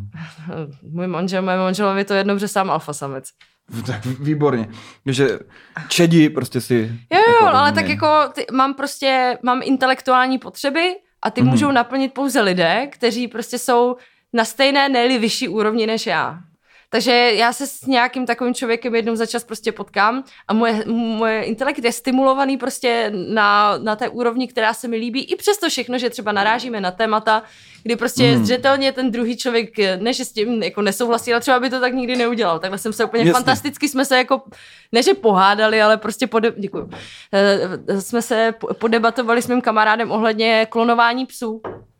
[SPEAKER 3] Můj manžel, můj manželovi to je jedno, že sám alfasamec.
[SPEAKER 1] Tak výborně. Že čedi prostě si...
[SPEAKER 3] Jo, jo, jako ale tak jako ty, mám prostě, mám intelektuální potřeby a ty mm. můžou naplnit pouze lidé, kteří prostě jsou na stejné, ne-li vyšší úrovni než já. Takže já se s nějakým takovým člověkem jednou za čas prostě potkám a moje, moje intelekt je stimulovaný prostě na, na té úrovni, která se mi líbí. I přesto všechno, že třeba narážíme na témata, kdy prostě mm. zřetelně ten druhý člověk, ne že s tím jako nesouhlasí, ale třeba by to tak nikdy neudělal. Takhle jsem se úplně Jasně. fantasticky, jsme se jako, ne že pohádali, ale prostě pode, děkuju. Jsme se podebatovali s mým kamarádem ohledně klonování psů.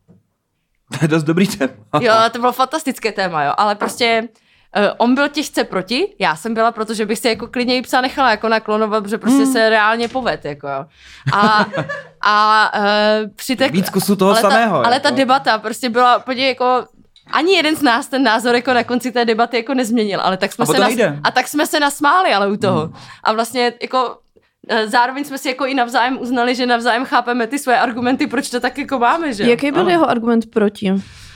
[SPEAKER 1] To je dost dobrý téma.
[SPEAKER 3] Jo, to bylo fantastické téma, jo, ale prostě Uh, on byl těžce proti, já jsem byla, protože bych si jako klidně i psa nechala jako naklonovat, protože prostě mm. se reálně poved, jako jo. A, a uh, při té...
[SPEAKER 1] Víc kusů toho
[SPEAKER 3] ale
[SPEAKER 1] samého.
[SPEAKER 3] Ta, ale
[SPEAKER 1] jako.
[SPEAKER 3] ta debata prostě byla úplně jako... Ani jeden z nás ten názor jako na konci té debaty jako nezměnil, ale tak jsme
[SPEAKER 1] a
[SPEAKER 3] se nas, a tak jsme se nasmáli, ale u toho. Mm. A vlastně jako zároveň jsme si jako i navzájem uznali, že navzájem chápeme ty svoje argumenty, proč to tak jako máme, že?
[SPEAKER 2] Jaký byl ano. jeho argument proti?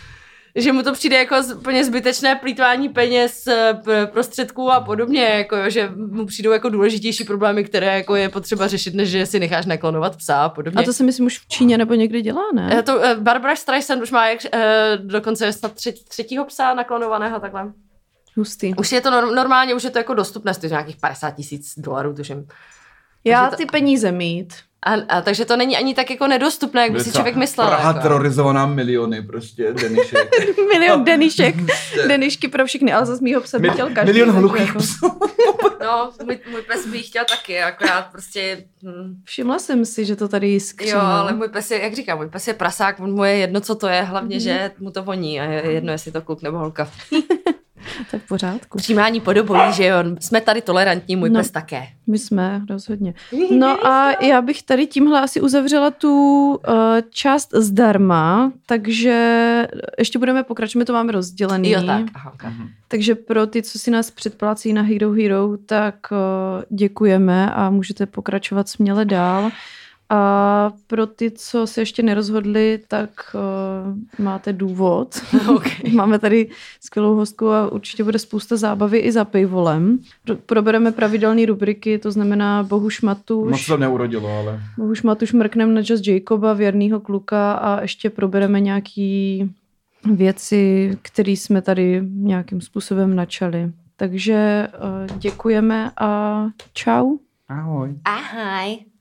[SPEAKER 3] Že mu to přijde jako úplně zbytečné plýtvání peněz, prostředků a podobně, jako, že mu přijdou jako důležitější problémy, které jako je potřeba řešit, než že si necháš naklonovat psa a podobně.
[SPEAKER 2] A to se myslím už v Číně nebo někde dělá, ne?
[SPEAKER 3] To, Barbara Streisand už má jak, dokonce snad třetí, třetího psa naklonovaného takhle.
[SPEAKER 2] Hustý.
[SPEAKER 3] Už je to normálně, už je to jako dostupné, z nějakých padesát tisíc dolarů, tuším.
[SPEAKER 2] Já
[SPEAKER 3] to...
[SPEAKER 2] ty peníze mít.
[SPEAKER 3] A, a takže to není ani tak jako nedostupné, jak by si člověk myslel.
[SPEAKER 1] Praha
[SPEAKER 3] jako.
[SPEAKER 1] terorizovaná miliony prostě, Denišek.
[SPEAKER 2] Milion Denišek. Denišky pro všechny, ale zase mýho psa by chtěl každý.
[SPEAKER 1] Milion hluchých psů.
[SPEAKER 3] No, můj, můj pes by chtěl taky, akorát prostě... Hm.
[SPEAKER 2] Všimla jsem si, že to tady jiskří.
[SPEAKER 3] Jo, ale můj pes je, jak říkám, můj pes je prasák, on mu je jedno, co to je, hlavně, mm. že mu to voní a je jedno, jestli to kluk nebo holka.
[SPEAKER 2] Tak v pořádku.
[SPEAKER 3] Přijímání podobojí, že jo, jsme tady tolerantní, můj no, pes také.
[SPEAKER 2] My jsme, rozhodně. No a já bych tady tímhle asi uzavřela tu uh, část zdarma, takže ještě budeme pokračovat, my to máme rozdělený.
[SPEAKER 3] Jo, tak. Aha, okay.
[SPEAKER 2] Takže pro ty, co si nás předplácí na Hero Hero, tak uh, děkujeme a můžete pokračovat směle dál. A pro ty, co se ještě nerozhodli, tak uh, máte důvod.
[SPEAKER 3] Okay.
[SPEAKER 2] Máme tady skvělou hostku a určitě bude spousta zábavy i za paywallem. Probereme pravidelné rubriky, to znamená Bohuš Matuš.
[SPEAKER 1] Moc to neurodilo, ale...
[SPEAKER 2] Bohuš Matuš mrknem na Just Jacoba, věrnýho kluka a ještě probereme nějaký věci, které jsme tady nějakým způsobem načali. Takže uh, děkujeme a čau.
[SPEAKER 1] Ahoj.
[SPEAKER 3] Ahoj.